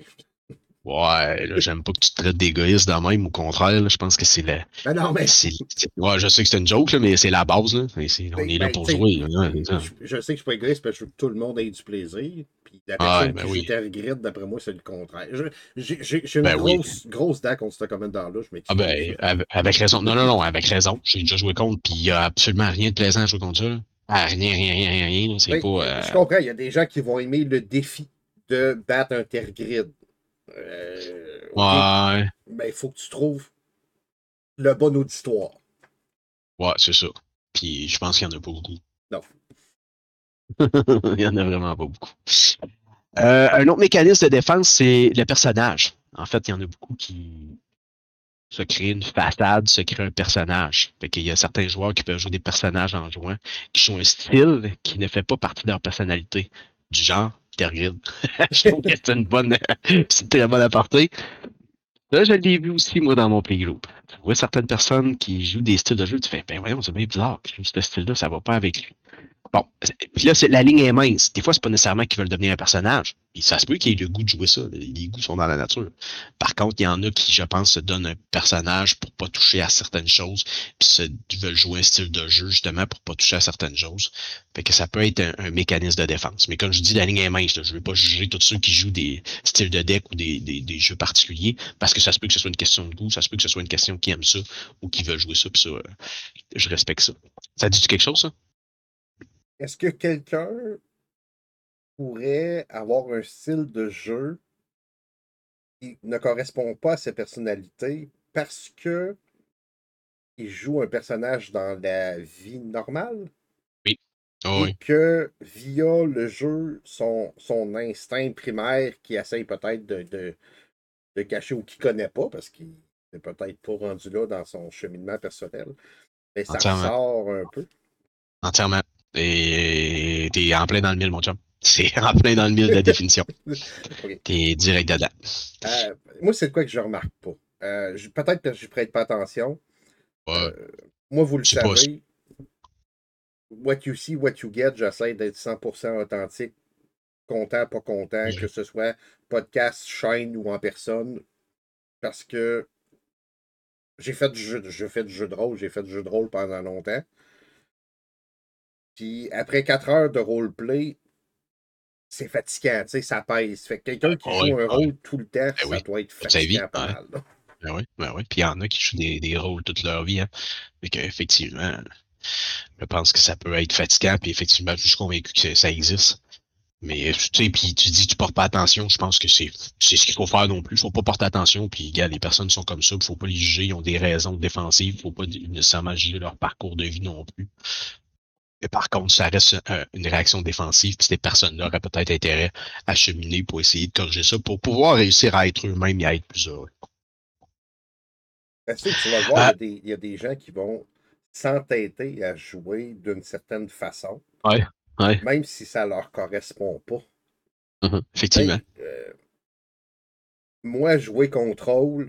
Ouais, là, j'aime pas que tu te traites d'égoïste de même. Au contraire, là, je pense que c'est la. Ben non, mais. c'est- c'est- Ouais, je sais que c'est une joke, là, mais c'est la base. Là. C'est- c'est- on Ben, est là ben, pour tu sais, jouer. Là, c'est ça. je, je sais que je suis pas égoïste parce que je veux que tout le monde ait du plaisir. Puis la Ouais, personne ben qui joue oui. Tergrid, d'après moi, c'est le contraire. Je- J'ai j'ai- j'ai une Ben oui. grosse, grosse dent contre ce commandant-là, je Ah m'excuse. ben, avec, avec raison. Non, non, non, avec raison. J'ai déjà joué contre, puis il n'y a absolument rien de plaisant à jouer contre ça. Là. Ah, rien, rien, rien, rien, rien. là, C'est Ben, pas. je Euh... comprends, il y a des gens qui vont aimer le défi de battre un Tergrid. Euh, OK, Ouais, ben il faut que tu trouves le bon auditoire. ouais, c'est ça. Puis je pense qu'il n'y en a pas beaucoup. Non. Il n'y en a vraiment pas beaucoup. Euh, un autre mécanisme de défense, c'est le personnage. En fait, il y en a beaucoup qui se créent une façade, se créent un personnage. Fait qu'il y a certains joueurs qui peuvent jouer des personnages en jouant, qui jouent un style qui ne fait pas partie de leur personnalité. Du genre, Tergrid. Je trouve que c'est une bonne, c'est une très bonne aparté. Là, je l'ai vu aussi, moi, dans mon playgroup. Tu vois certaines personnes qui jouent des styles de jeu, tu fais, ben voyons, c'est bien bizarre. Ce style-là, ça va pas avec lui. Bon, puis là, c'est, la ligne est mince. Des fois, c'est pas nécessairement qu'ils veulent devenir un personnage. Puis ça se peut qu'ils aient le goût de jouer ça. Les goûts sont dans la nature. Par contre, il y en a qui, je pense, se donnent un personnage pour pas toucher à certaines choses. Puis se, veulent jouer un style de jeu, justement, pour pas toucher à certaines choses. Fait que ça peut être un, un mécanisme de défense. Mais comme je dis, la ligne est mince. Là. Je ne vais pas juger tous ceux qui jouent des styles de deck ou des, des, des jeux particuliers. Parce que ça se peut que ce soit une question de goût. Ça se peut que ce soit une question qui aime ça ou qui veut jouer ça. Puis ça, euh, je respecte ça. Ça dit-tu quelque chose, ça? Est-ce que quelqu'un pourrait avoir un style de jeu qui ne correspond pas à sa personnalité parce que il joue un personnage dans la vie normale Oui. Oh, et oui. que via le jeu, son, son instinct primaire qui essaye peut-être de, de, de cacher ou qu'il ne connaît pas parce qu'il n'est peut-être pas rendu là dans son cheminement personnel, mais ça Entièrement. ressort un peu. Entièrement. Et t'es en plein dans le mille, mon chum. C'est en plein dans le mille de la définition. Okay. T'es direct dedans. Euh, moi, c'est de quoi que je remarque pas. Euh, je- peut-être que je ne prête pas attention. Ouais. Euh, moi, vous le C'est pas- savez, what you see, what you get, j'essaie d'être cent pour cent authentique, content, pas content, Mhm. que ce soit podcast, chaîne ou en personne, parce que j'ai fait du jeu, j'ai fait du jeu de rôle, j'ai fait du jeu de rôle pendant longtemps. Puis après quatre heures de roleplay, c'est fatigant, tu sais, ça pèse. Fait que quelqu'un qui Ah joue oui, un ah rôle tout le temps, ça oui. doit être Toute sa vie, fatigant pas ouais. mal. là. Ben oui, ben oui. Puis il y en a qui jouent des, des rôles toute leur vie. Hein. Fait qu'effectivement, je pense que ça peut être fatigant. Puis effectivement, je suis convaincu que ça existe. Mais tu sais, puis tu dis que tu portes pas attention, je pense que c'est c'est ce qu'il faut faire non plus. Faut pas porter attention, puis gars, les personnes sont comme ça, faut pas les juger, ils ont des raisons défensives, faut pas nécessairement juger leur parcours de vie non plus. Mais par contre, ça reste euh, une réaction défensive, puis ces personnes-là auraient peut-être intérêt à cheminer pour essayer de corriger ça, pour pouvoir réussir à être eux-mêmes et à être plus heureux. Ben, tu sais, tu vas le voir, il y Euh, a des, il y a des gens qui vont s'entêter à jouer d'une certaine façon, ouais, ouais, même si ça leur correspond pas. mhm, Tu effectivement. sais, euh, moi, jouer contrôle,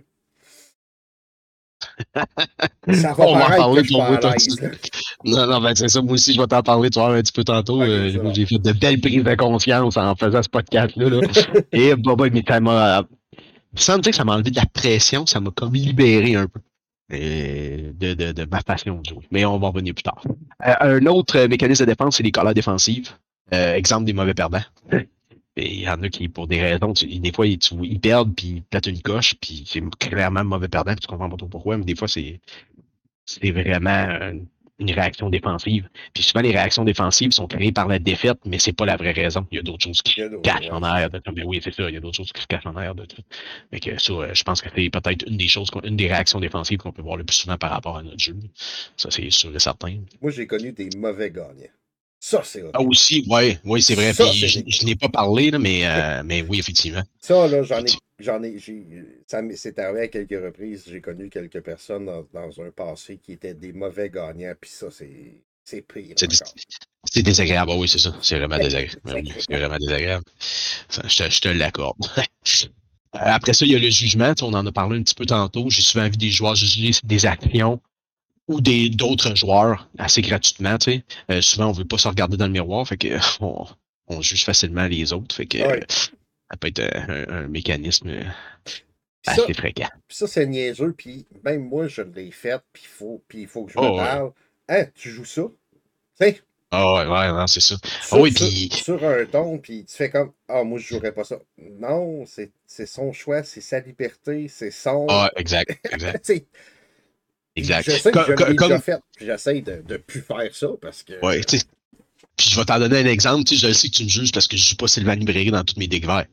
ça va On va en paraître que parler je suis pour pas moi, à toi. l'aise, là. Non, non, ben c'est ça, moi aussi, je vais t'en parler, tu vois, un petit peu tantôt. Ok, Euh, c'est moi, bon. j'ai fait de belles prises de conscience en faisant ce podcast-là. Là. Et bah, bah, mais ça m'a. Sans me dire que ça m'a enlevé de la pression, ça m'a comme libéré un peu euh, de, de, de ma passion de jouer. Mais on va en revenir plus tard. Euh, un autre euh, mécanisme de défense, c'est les colères défensives. Euh, exemple des mauvais perdants. Et il y en a qui, pour des raisons, tu- des fois, ils, tu- ils perdent, puis ils platent une coche, puis c'est clairement mauvais perdant, puis tu comprends pas trop pourquoi, mais des fois, c'est c'est vraiment euh, une réaction défensive. Puis souvent, les réactions défensives sont créées par la défaite, mais c'est pas la vraie raison. Il y a d'autres choses qui Il y se a d'autres- cachent ouais, en c'est arrière ça. de ça. Mais oui, c'est ça, il y a d'autres choses qui se cachent en arrière de ça. Fait que ça, euh, je pense que c'est peut-être une des choses, qu'on- une des réactions défensives qu'on peut voir le plus souvent par rapport à notre jeu. Ça, c'est sûr et certain. Moi, j'ai connu des mauvais gagnants. Ça, c'est Ah horrible. aussi, ouais, oui, c'est vrai. Ça, Puis c'est je, dégueu. je n'ai pas parlé, là, mais, euh, mais oui, effectivement. Ça, là, j'en ai, Effectivement. j'en ai, j'ai, ça m'est c'est arrivé à quelques reprises. J'ai connu quelques personnes dans, dans un passé qui étaient des mauvais gagnants, puis ça, c'est, c'est pire C'est encore. c'est désagréable. Ah oui, c'est ça. C'est vraiment désagréable. Ben oui, c'est Désagréable. vraiment désagréable. Ça, je te, je te l'accorde. Euh, Après ça, il y a le jugement. Tu sais, on en a parlé un petit peu tantôt. J'ai souvent vu des joueurs juger des actions ou des d'autres joueurs assez gratuitement. Tu sais. Euh, souvent, on veut pas se regarder dans le miroir, fait que on, on juge facilement les autres. Fait que euh, Ouais. ça peut être euh, un, un mécanisme euh, Puis ça, assez fréquent. puis ça, c'est niaiseux, puis même moi, je l'ai fait, puis il faut, puis il faut que je me Oh ouais. parle. Hein, tu joues ça? Tu sais, Ah ouais, ouais, non, c'est ça. Ah sur, oui, sur, puis sur un ton, puis tu fais comme, ah, moi, je jouerais pas ça. Non, c'est c'est son choix, c'est sa liberté, c'est son. ah, exact, exact, Tu sais, puis je exact. sais que je Co- co- l'ai déjà Comme, fait, puis j'essaie de ne plus faire ça parce que. ouais, tu sais, puis je vais t'en donner un exemple. Tu sais, je sais que tu me juges parce que je joue pas Sylvain Librairie dans tous mes decks verts.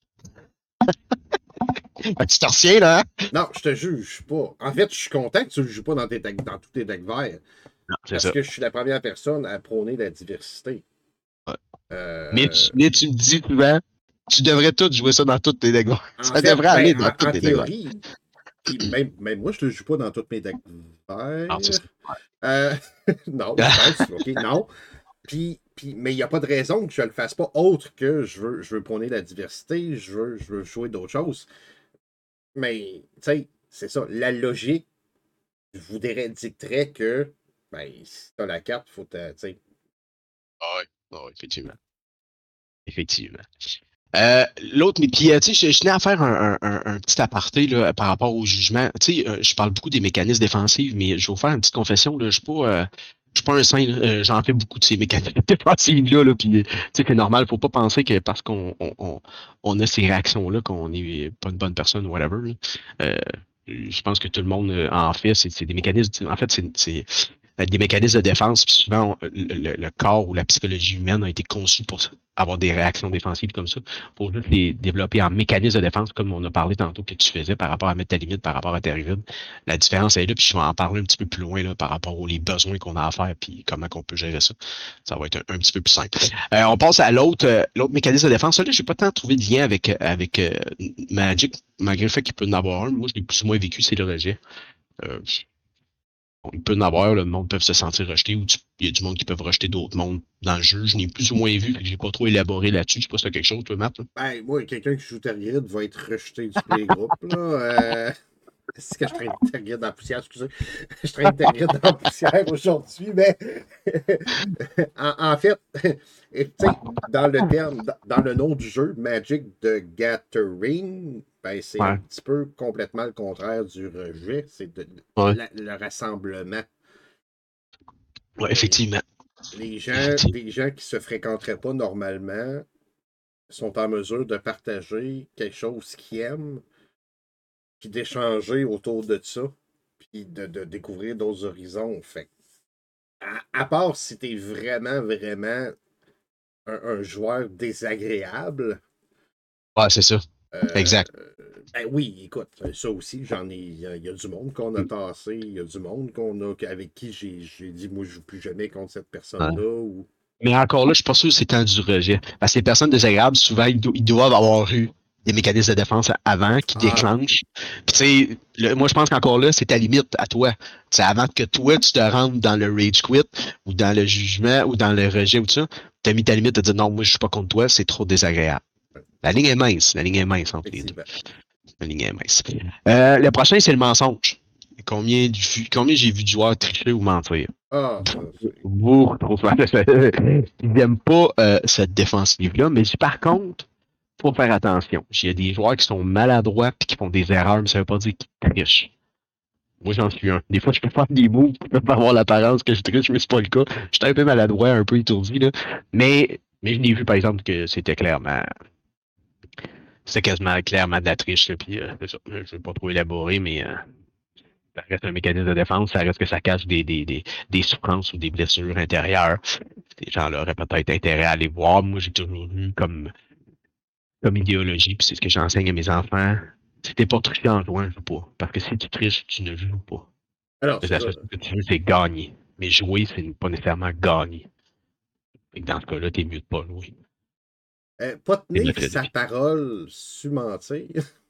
Fait que tu t'en retiens, là, hein? Non, je te juge pas. En fait, je suis content que tu ne le joues pas dans, tes decks- dans tous tes decks verts Non, c'est parce ça. que je suis la première personne à prôner la diversité. Ouais. Mais, tu, Euh, mais tu me dis souvent, tu devrais tout jouer ça dans toutes tes decks verts. en Ça fait, devrait ben, aller dans en, toutes en tes decks verts. théorie, puis même, même moi, je ne le joue pas dans tous mes decks Non, c'est ça. verts. Euh, non, je pense. OK, non. Puis, puis, mais il n'y a pas de raison que je ne le fasse pas autre que je veux, je veux prôner la diversité, je veux, je veux jouer d'autres choses. Mais, tu sais, c'est ça. La logique voudrait dicterait que, ben, si tu as la carte, faut te, tu sais. Ah ouais, ah ouais, effectivement. Effectivement. Euh, L'autre, mais puis, euh, tu sais, je, je tenais à faire un, un, un, un petit aparté là, par rapport au jugement. Tu sais, euh, je parle beaucoup des mécanismes défensifs, mais je vais vous faire une petite confession. Là, je ne suis pas, euh, je suis pas un saint. Là. Euh, J'en fais beaucoup de ces mécanismes défensifs-là. Là, puis, tu sais, c'est normal. Il ne faut pas penser que parce qu'on on, on, on a ces réactions-là, qu'on n'est pas une bonne personne ou whatever. Là. Euh, je pense que tout le monde euh, en fait. C'est des mécanismes. En fait, c'est des mécanismes de défense. Puis souvent, on- le, le, le corps ou la psychologie humaine a été conçu pour avoir des réactions défensives comme ça, pour juste les développer en mécanisme de défense, comme on a parlé tantôt que tu faisais par rapport à mettre ta limite, par rapport à ta vide. La différence est là, puis je vais en parler un petit peu plus loin là, par rapport aux les besoins qu'on a à faire, puis comment on peut gérer ça. Ça va être un, un petit peu plus simple. Euh, on passe à l'autre euh, l'autre mécanisme de défense. Là, j'ai pas tant trouvé de lien avec, avec euh, Magic, malgré le fait qu'il peut en avoir un. Moi, je l'ai plus ou moins vécu, c'est le rejet. Euh, Bon, il peut en avoir, le monde peut se sentir rejeté, ou tu- il y a du monde qui peuvent rejeter d'autres mondes dans le jeu. Je n'ai plus ou moins vu, fait que j'ai pas trop élaboré là-dessus. Je sais pas si t'as quelque chose, toi, Matt. Là. Ben, moi, quelqu'un qui joue Target va être rejeté du playgroup, là. Euh, c'est que je traîne Target dans la poussière, excusez. Je traîne Target dans la poussière aujourd'hui, mais en, en fait, tu sais, dans le terme, dans, dans le nom du jeu, Magic the Gathering, ben, c'est un Ouais. petit peu complètement le contraire du rejet. C'est de- Ouais. la- le rassemblement. Ouais, Les, effectivement. les gens, Effectivement. des gens qui se fréquenteraient pas normalement sont en mesure de partager quelque chose qu'ils aiment, puis d'échanger autour de ça, puis de, de découvrir d'autres horizons. Fait à, à part si t'es vraiment, vraiment un, un joueur désagréable. Ouais, c'est ça. Euh, Exact. ben oui, écoute, ça aussi, j'en ai. Il y, a- il y a du monde qu'on a tassé, il y a du monde qu'on a avec qui j'ai j'ai dit moi je joue plus jamais contre cette Ouais. personne-là. Ou... Mais encore là, je suis pas sûr que c'est tant du rejet. Parce que les personnes désagréables, souvent, ils, do- ils doivent avoir eu des mécanismes de défense avant qui Ah, déclenchent. Puis tu sais, le- moi je pense qu'encore là, c'est ta limite à toi. C'est avant que toi, tu te rentres dans le rage quit ou dans le jugement ou dans le rejet ou tout ça, tu as mis ta limite de dire non, moi je suis pas contre toi, c'est trop désagréable. La ligne est mince, la ligne est mince entre les deux. effectivement. La ligne est mince. Euh, le prochain, c'est le mensonge. Combien, du- combien j'ai vu de joueurs tricher ou mentir? Ah, ça, c'est. Beaucoup trop souvent. Ils n'aiment pas euh, cette défensive-là, mais par contre, faut faire attention. Il y a des joueurs qui sont maladroits et qui font des erreurs, mais ça ne veut pas dire qu'ils trichent. Moi, j'en suis un. Des fois, je peux faire des moves qui peuvent avoir l'apparence que je triche, mais c'est pas le cas. Je suis un peu maladroit, un peu étourdi, là. Mais, mais je l'ai vu, par exemple, que c'était clairement. C'était quasiment clairement de la triche, là, puis euh, c'est ça. Je ne vais pas trop élaborer, mais euh, ça reste un mécanisme de défense, ça reste que ça cache des, des, des, des souffrances ou des blessures intérieures. Ces gens-là auraient peut-être intérêt à aller voir. Moi, j'ai toujours vu comme, comme idéologie, puis c'est ce que j'enseigne à mes enfants. Si t'es pas triché en jouant, joue pas. Parce que si tu triches, tu ne joues pas. Alors, c'est La ça. seule chose que tu veux, c'est gagner. Mais jouer, c'est pas nécessairement gagner. Et dans ce cas-là, t'es mieux de pas jouer. Euh, pas C'est tenir notre sa vie. parole, su mentir.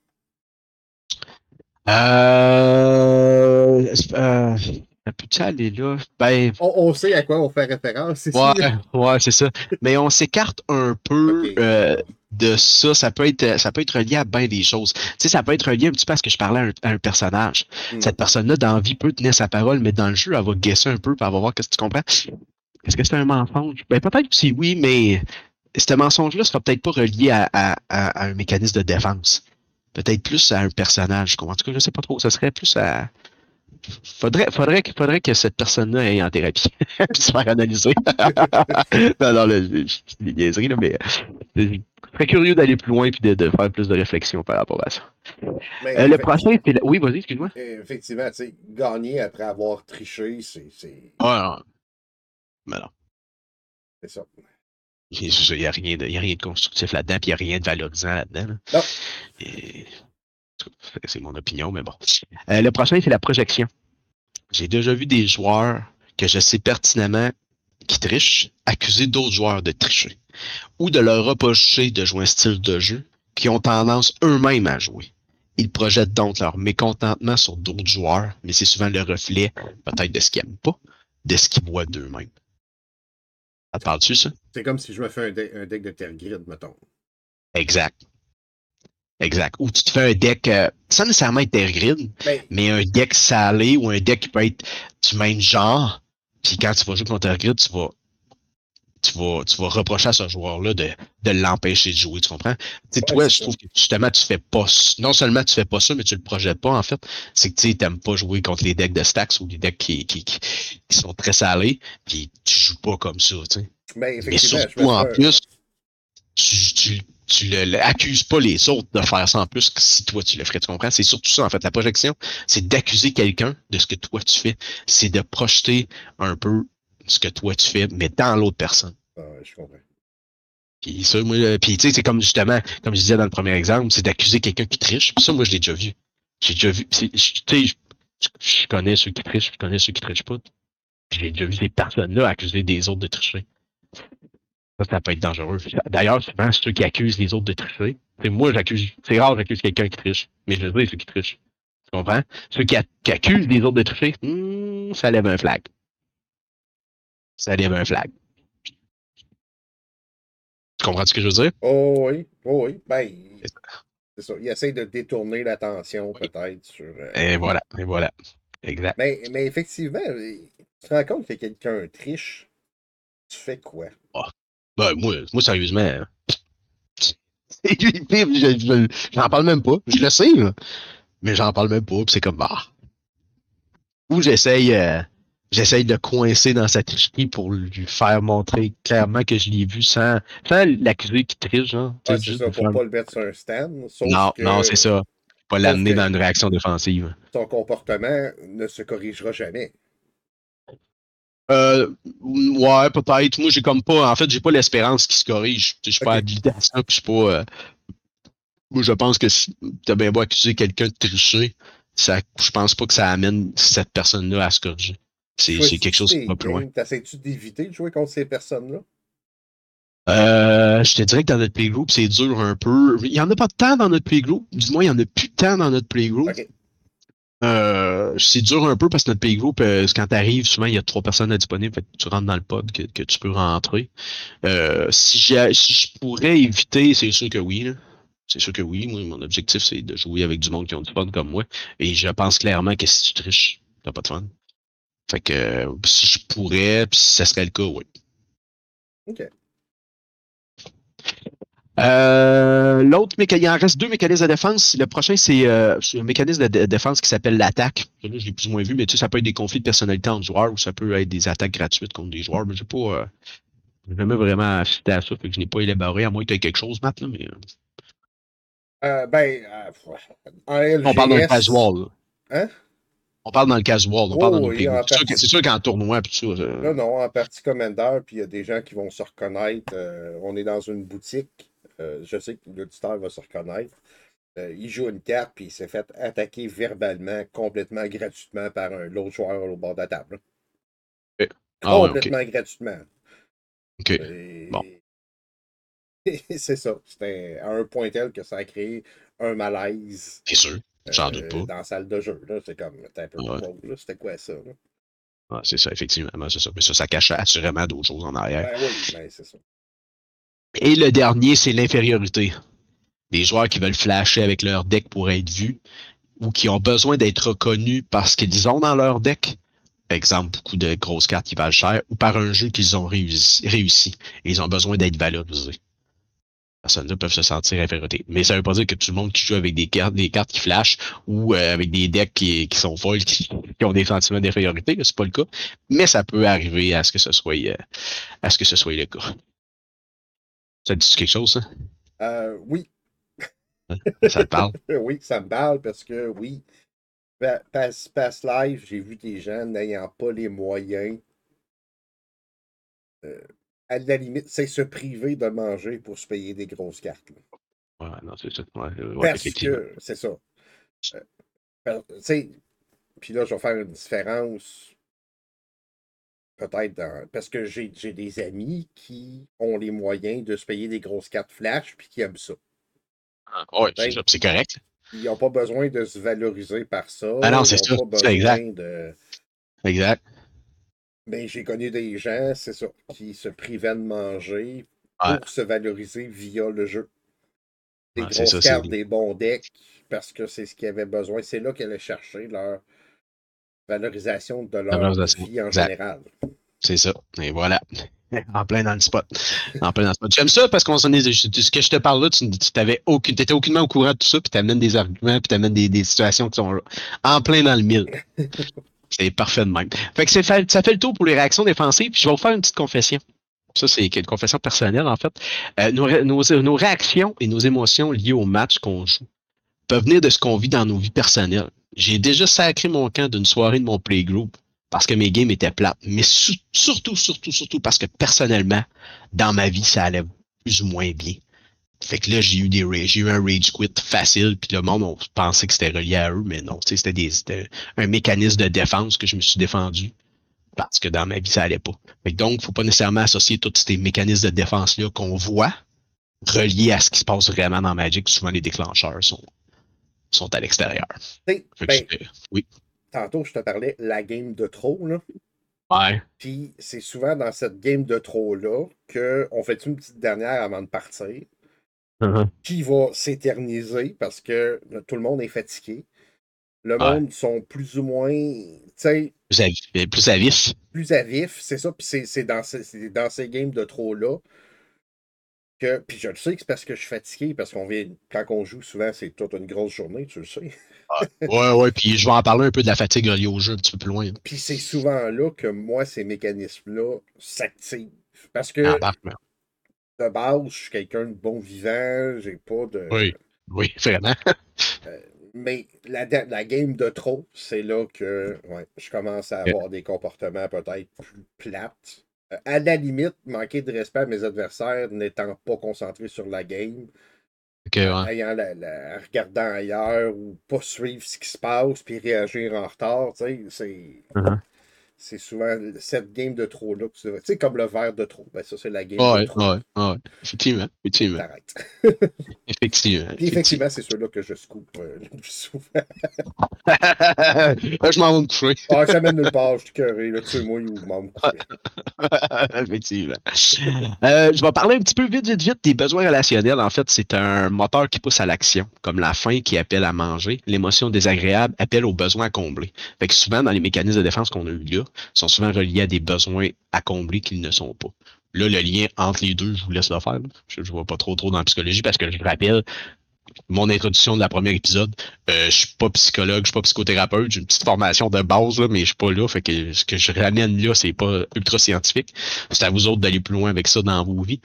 Euh, euh, peux-tu aller là? Ben, On, on sait à quoi on fait référence ouais, ici. ouais, c'est ça. Mais on s'écarte un OK, peu euh, d'accord. de ça. Ça peut être, ça peut être relié à bien des choses. Tu sais, ça peut être relié un petit peu à ce que je parlais à un, à un personnage. Hmm. Cette personne-là, dans la vie, peut tenir sa parole, mais dans le jeu, elle va guesser un peu, puis elle va voir qu'est-ce que tu comprends. Est-ce que c'est un mensonge? Ben, peut-être aussi oui, mais ce mensonge-là sera peut-être pas relié à, à, à, à un mécanisme de défense. Peut-être plus à un personnage. En tout cas, je sais pas trop. Ça serait plus à. Faudrait, faudrait, que- faudrait que cette personne-là aille en thérapie, puis se faire analyser. non, non, là, je je dis des niaiseries, là, mais euh, je serais curieux d'aller plus loin puis de, de faire plus de réflexion par rapport à ça. Mais Euh, le effe- prochain, c'est. la- Oui, vas-y, excuse-moi. effectivement, tu sais, gagner après avoir triché, c'est c'est- Ah, non, mais non. c'est ça. Il n'y a, rien de- il y a rien de constructif là-dedans, puis il n'y a rien de valorisant là-dedans. Là. Non. Et- c'est mon opinion, mais bon. Euh, le prochain, c'est la projection. J'ai déjà vu des joueurs que je sais pertinemment qui trichent accuser d'autres joueurs de tricher ou de leur reprocher de jouer un style de jeu qui ont tendance eux-mêmes à jouer. Ils projettent donc leur mécontentement sur d'autres joueurs, mais c'est souvent le reflet peut-être de ce qu'ils n'aiment pas, de ce qu'ils voient d'eux-mêmes. Ça te parle-tu, ça? C'est comme si je me fais un, deck, un deck de terre grid, mettons. Exact. Exact. Ou tu te fais un deck, euh, sans nécessairement être terre grid, Ben, mais un deck salé ou un deck qui peut être du même genre. Puis quand tu vas jouer contre terre grid, tu vas tu vas, tu vas reprocher à ce joueur-là de, de l'empêcher de jouer, tu comprends? Tu sais, ouais, toi, c'est je ça. trouve que justement, tu fais pas, non seulement tu fais pas ça, mais tu le projettes pas, en fait. C'est que tu n'aimes pas jouer contre les decks de stacks ou les decks qui, qui, qui, qui sont très salés, puis tu joues pas comme ça, tu sais. Ben, Mais effectivement, je me surtout, en ferais un. plus, tu, tu, tu le, le- accuses pas les autres de faire ça en plus que si toi tu le ferais, tu comprends? C'est surtout ça, en fait. La projection, c'est d'accuser quelqu'un de ce que toi tu fais. C'est de projeter un peu ce que toi tu fais, mais dans l'autre personne. Ah, ouais, je comprends. Puis ça, moi, euh, puis tu sais, c'est comme justement, comme je disais dans le premier exemple, c'est d'accuser quelqu'un qui triche. Puis ça, moi, je l'ai déjà vu. J'ai déjà vu. Tu sais, je, je connais ceux qui trichent, je connais ceux qui trichent pas. Puis j'ai déjà vu ces personnes-là accuser des autres de tricher. Ça, ça peut être dangereux. D'ailleurs, souvent, ceux qui accusent les autres de tricher, c'est moi, j'accuse. C'est rare, j'accuse quelqu'un qui triche. Mais je veux dire, ceux qui trichent. Tu comprends? Ceux qui, a- qui accusent les autres de tricher, hmm, ça lève un flag. Ça lève un flag. Tu comprends ce que je veux dire? Oh oui, oh oui. Ben, C'est ça. c'est ça. Il essaie de détourner l'attention, Oui. peut-être, sur. euh, Et voilà, et voilà. Exact. Mais, mais effectivement, tu te rends compte que quelqu'un triche, tu fais quoi? Ah. Ben, moi, moi, sérieusement, hein, c'est lui le pire, je- je- j'en parle même pas. Je le sais, là, mais j'en parle même pas, puis c'est comme, bah. Ou j'essaye, euh, j'essaye de le coincer dans sa tricherie pour lui faire montrer clairement que je l'ai vu sans, sans l'accuser qu'il triche, genre. Tu Ouais, sais, c'est juste ça, de pour faire. pas le mettre sur un stand, sauf Non, non, c'est que, ça. Pas sauf l'amener que dans une réaction défensive. son comportement ne se corrigera jamais. Euh, ouais, peut-être. Moi, j'ai comme pas. En fait, j'ai pas l'espérance qu'il se corrige. Je suis pas Ok. habilité à ça, puis je suis pas. euh, moi, je pense que si t'as bien beau accuser quelqu'un de tricher, ça, je pense pas que ça amène cette personne-là à se corriger. Tu C'est, c'est quelque choisis-tu chose qui tes va plus loin. games? T'essaies-tu d'éviter de jouer contre ces personnes-là? Euh, je te dirais que dans notre playgroup, c'est dur un peu. Il y en a pas de temps dans notre playgroup. Du moins, il y en a plus de temps dans notre playgroup. Ok. Euh, c'est dur un peu parce que notre playgroup, euh, quand t'arrives, souvent, il y a trois personnes disponibles. Fait que tu rentres dans le pod que, que tu peux rentrer. Euh, si, j'ai, si je pourrais éviter, c'est sûr que oui. Là. C'est sûr que oui. Moi, mon objectif, c'est de jouer avec du monde qui ont du fun comme moi. Et je pense clairement que si tu triches, t'as pas de fun. Fait que euh, si je pourrais, puis si ça serait le cas, oui. Ok. Euh, l'autre mécanisme, il en reste deux mécanismes de défense. Le prochain, c'est euh, un mécanisme de, de défense qui s'appelle l'attaque. Là, je l'ai plus ou moins vu, mais tu sais, ça peut être des conflits de personnalité entre joueurs ou ça peut être des attaques gratuites contre des joueurs. Mais j'ai pas euh, j'ai jamais vraiment assisté à ça, fait que je n'ai pas élaboré, à moins que tu aies quelque chose, Matt, là, mais. euh, Euh, ben, euh, en On parle dans le L G S, casual, là. hein? On parle dans le casual, on parle dans Oh nos oui, playgroupes. en C'est sûr, que- partie. c'est sûr qu'en tournoi, pis tout ça. Non, euh, non, en partie Commander, puis il y a des gens qui vont se reconnaître. Euh, on est dans une boutique. Euh, je sais que l'auditeur va se reconnaître. Euh, il joue une carte, puis il s'est fait attaquer verbalement, complètement gratuitement par un l'autre joueur au bord de la table. ok. Ah ouais, ok. Complètement gratuitement. Ok. Bon, Et... c'est ça. C'était à un point tel que ça a créé un malaise c'est sûr. J'en doute euh, pas. dans la salle de jeu. Là. C'est comme, t'es un peu Ah ouais. wow, là. C'était quoi ça? Là? Ouais, c'est ça, effectivement. C'est ça. Mais ça, ça cache assurément d'autres choses en arrière. Ben oui, ben c'est ça. Et le dernier, c'est l'infériorité. Des joueurs qui veulent flasher avec leur deck pour être vus ou qui ont besoin d'être reconnus parce qu'ils ont dans leur deck, par exemple, beaucoup de grosses cartes qui valent cher, ou par un jeu qu'ils ont réussi, réussi et ils ont besoin d'être valorisés. Les personnes-là peuvent se sentir infériorité. Mais ça veut pas dire que tout le monde qui joue avec des cartes, des cartes qui flashent ou euh, avec des decks qui, qui sont folles, qui, qui ont des sentiments d'infériorité, c'est pas le cas. Mais ça peut arriver à ce que ce soit, euh, à ce que ce soit le cas. Ça te dit quelque chose, ça? Euh, oui, Hein? Ça te parle? oui, ça me parle parce que oui, pa- pass, pass live, j'ai vu des gens n'ayant pas les moyens, euh, à la limite, c'est se priver de manger pour se payer des grosses cartes. Là. Ouais, non, c'est ça. Ouais, ouais, Parce effectivement. que, c'est ça. Euh, par- tu sais, puis là, je vais faire une différence peut-être dans- parce que j'ai j'ai des amis qui ont les moyens de se payer des grosses cartes flash puis qui aiment ça. Ah, ouais, c'est T'sais, ça. C'est correct. ils n'ont pas besoin de se valoriser par ça. Ah non, Ils c'est n'ont ça. pas C'est exact. besoin de. Exact. Mais j'ai connu des gens, c'est ça, qui se privaient de manger Ouais. pour se valoriser via le jeu. Des Ouais, c'est grosses ça. C'est cartes, des bons decks, parce que c'est ce qu'ils avaient besoin. C'est là qu'ils allaient chercher leur valorisation de la leur valorisation. vie en Exact. général. C'est ça. Et voilà. En plein dans le spot. En plein dans le spot. J'aime ça parce qu'on s'en est. Ce que je te parle là, tu t'avais aucune, t'étais aucunement au courant de tout ça, puis t'amènes des arguments, puis t'amènes des, des situations qui sont en plein dans le mille. C'est parfait de même. Fait que c'est fait, ça fait le tour pour les réactions défensives, puis je vais vous faire une petite confession. Ça, c'est une confession personnelle, en fait. Euh, nos, nos, nos réactions et nos émotions liées au match qu'on joue peuvent venir de ce qu'on vit dans nos vies personnelles. J'ai déjà sacré mon camp d'une soirée de mon playgroup parce que mes games étaient plates. Mais su- surtout, surtout, surtout parce que personnellement, dans ma vie, ça allait plus ou moins bien. Fait que là, j'ai eu des rage, j'ai eu un rage quit facile, puis le monde, on pensait que c'était relié à eux, mais non, c'était des, c'était un mécanisme de défense que je me suis défendu parce que dans ma vie, ça allait pas. Fait que donc, faut pas nécessairement associer tous ces mécanismes de défense-là qu'on voit reliés à ce qui se passe vraiment dans Magic. Souvent, les déclencheurs sont, sont à l'extérieur. T'sais, Fait que ben, c'était- oui. tantôt, je te parlais la game de trop, là. Ouais. Puis c'est souvent dans cette game de trop-là qu'on fait une petite dernière avant de partir, Uh-huh. qui va s'éterniser parce que tout le monde est fatigué. Le Ouais. monde sont plus ou moins, tu sais, Plus à, vif- plus à vif. plus à vif, c'est ça. Puis c'est c'est dans, ces- c'est dans ces games de trop-là que. Puis je le sais que c'est parce que je suis fatigué, parce qu'on vient. Quand on joue, souvent, c'est toute une grosse journée, tu le sais. Ouais, ouais, puis je vais en parler un peu de la fatigue reliée au jeu un petit peu plus loin. Puis c'est souvent là que moi, ces mécanismes-là s'activent. Parce En que parc, de base, je suis quelqu'un de bon vivant, j'ai pas de. oui. Oui, vraiment. euh, Mais la, la game de trop, c'est là que ouais, je commence à avoir des comportements peut-être plus plates. Euh, à la limite, manquer de respect à mes adversaires n'étant pas concentré sur la game, Ok, ouais. ayant la, la- regardant ailleurs ou pas suivre ce qui se passe puis réagir en retard, tu sais, c'est. Uh-huh. C'est souvent cette game de trop-là. Tu sais, comme le verre de trop. Ben, ça, c'est la game de Ouais, trop. ouais, ouais. Effectivement, Puis effectivement. t'arrêtes. Effectivement, Puis effectivement. effectivement, c'est ceux-là que je scoop euh, le plus souvent. Je m'en vais me coucher. Ah, ça mène nulle part, je suis curé, là, tue-moi ou m'en me coucher. Effectivement. Euh, je vais parler un petit peu vite, vite, vite des besoins relationnels. En fait, c'est un moteur qui pousse à l'action, comme la faim qui appelle à manger. L'émotion désagréable appelle aux besoins à combler. Fait que souvent, dans les mécanismes de défense qu'on a eu là, sont souvent reliés à des besoins à combler qu'ils ne sont pas. Là, le lien entre les deux, je vous laisse le faire. Là. Je ne vois pas trop trop dans la psychologie parce que je vous rappelle, mon introduction de la première épisode, euh, je suis pas psychologue, je suis pas psychothérapeute, j'ai une petite formation de base, là, mais je suis pas là. Fait que ce que je ramène là, c'est pas ultra scientifique. C'est à vous autres d'aller plus loin avec ça dans vos vies.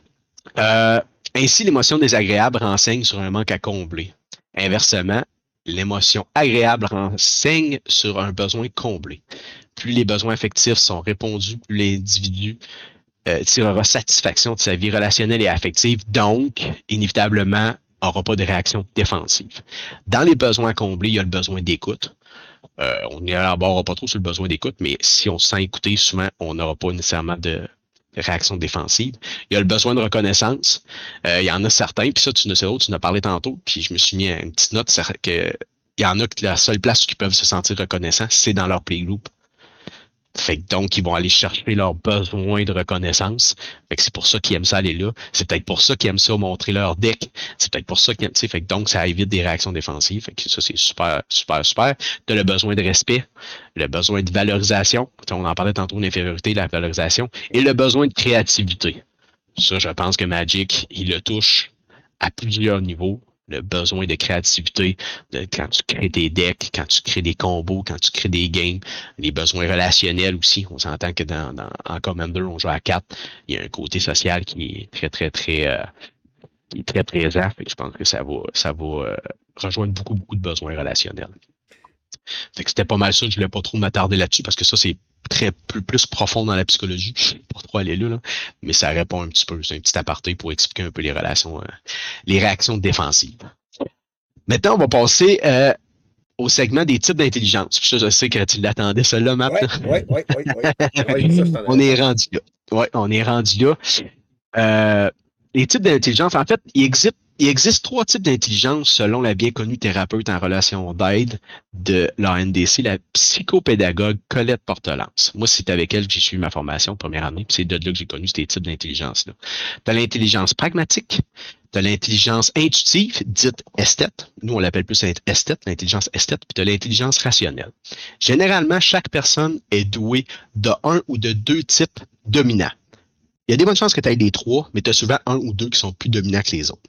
Euh, ainsi, l'émotion désagréable renseigne sur un manque à combler. Inversement, l'émotion agréable renseigne sur un besoin comblé. Plus les besoins affectifs sont répondus, plus l'individu euh, tirera satisfaction de sa vie relationnelle et affective, donc, inévitablement, n'aura pas de réaction défensive. Dans les besoins comblés, il y a le besoin d'écoute. Euh, on n'élabore pas trop sur le besoin d'écoute, mais si on se sent écouter, souvent, on n'aura pas nécessairement de réaction défensive. Il y a le besoin de reconnaissance. Euh, il y en a certains, puis ça, tu ne sais pas, tu en as parlé tantôt, puis je me suis mis à une petite note, c'est que il y en a que la seule place où ils peuvent se sentir reconnaissants, c'est dans leur playgroup. Fait que donc, ils vont aller chercher leurs besoins de reconnaissance. Fait que c'est pour ça qu'ils aiment ça aller là. C'est peut-être pour ça qu'ils aiment ça montrer leur deck. C'est peut-être pour ça qu'ils aiment, tu sais, fait que donc, ça évite des réactions défensives. Fait que ça, c'est super, super, super. T'as le besoin de respect, le besoin de valorisation. On en parlait tantôt, l'infériorité, la valorisation. Et le besoin de créativité. Ça, je pense que Magic, il le touche à plusieurs niveaux. Le besoin de créativité, de, quand tu crées tes decks, quand tu crées des combos, quand tu crées des games, les besoins relationnels aussi. On s'entend que dans, dans en Commander, on joue à quatre. Il y a un côté social qui est très, très, très, euh, qui est très présent. Fait que je pense que ça va, ça va euh, rejoindre beaucoup, beaucoup de besoins relationnels. Fait que c'était pas mal ça. Je voulais pas trop m'attarder là-dessus parce que ça, c'est très plus, plus profond dans la psychologie. Pour trop aller là, là. Mais ça répond un petit peu. C'est un petit aparté pour expliquer un peu les relations, euh, les réactions défensives. Maintenant, on va passer euh, au segment des types d'intelligence. Je, je sais que tu l'attendais, celle-là, Matt. Ouais, ouais, ouais, ouais, ouais. Ouais, ça, je t'en On avais est parlé. rendu là. Ouais, on est rendu là. Euh, les types d'intelligence, en fait, il existe, il existe trois types d'intelligence selon la bien connue thérapeute en relation d'aide de l'A N D C, la psychopédagogue Colette Portelance. Moi, c'est avec elle que j'ai suivi ma formation première année, puis c'est de là que j'ai connu ces types d'intelligence-là. Tu as l'intelligence pragmatique, tu as l'intelligence intuitive, dite esthète. Nous, on l'appelle plus esthète, l'intelligence esthète, puis tu as l'intelligence rationnelle. Généralement, chaque personne est douée de un ou de deux types dominants. Il y a des bonnes chances que tu aies les trois, mais tu as souvent un ou deux qui sont plus dominants que les autres.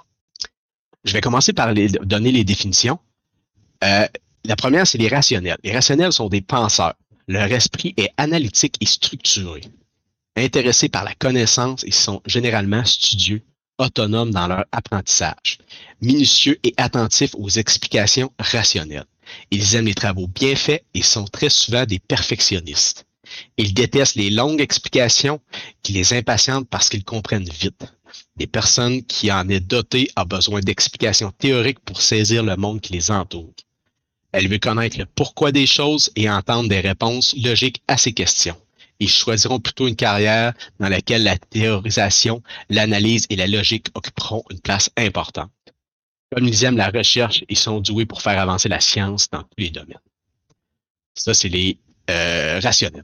Je vais commencer par les, donner les définitions. Euh, la première, c'est les rationnels. Les rationnels sont des penseurs. Leur esprit est analytique et structuré. Intéressés par la connaissance, ils sont généralement studieux, autonomes dans leur apprentissage, minutieux et attentifs aux explications rationnelles. Ils aiment les travaux bien faits et sont très souvent des perfectionnistes. Ils détestent les longues explications qui les impatientent parce qu'ils comprennent vite. Des personnes qui en est dotées ont besoin d'explications théoriques pour saisir le monde qui les entoure. Elle veut connaître le pourquoi des choses et entendre des réponses logiques à ces questions. Ils choisiront plutôt une carrière dans laquelle la théorisation, l'analyse et la logique occuperont une place importante. Comme ils aiment la recherche, ils sont doués pour faire avancer la science dans tous les domaines. Ça, c'est les euh, rationnels.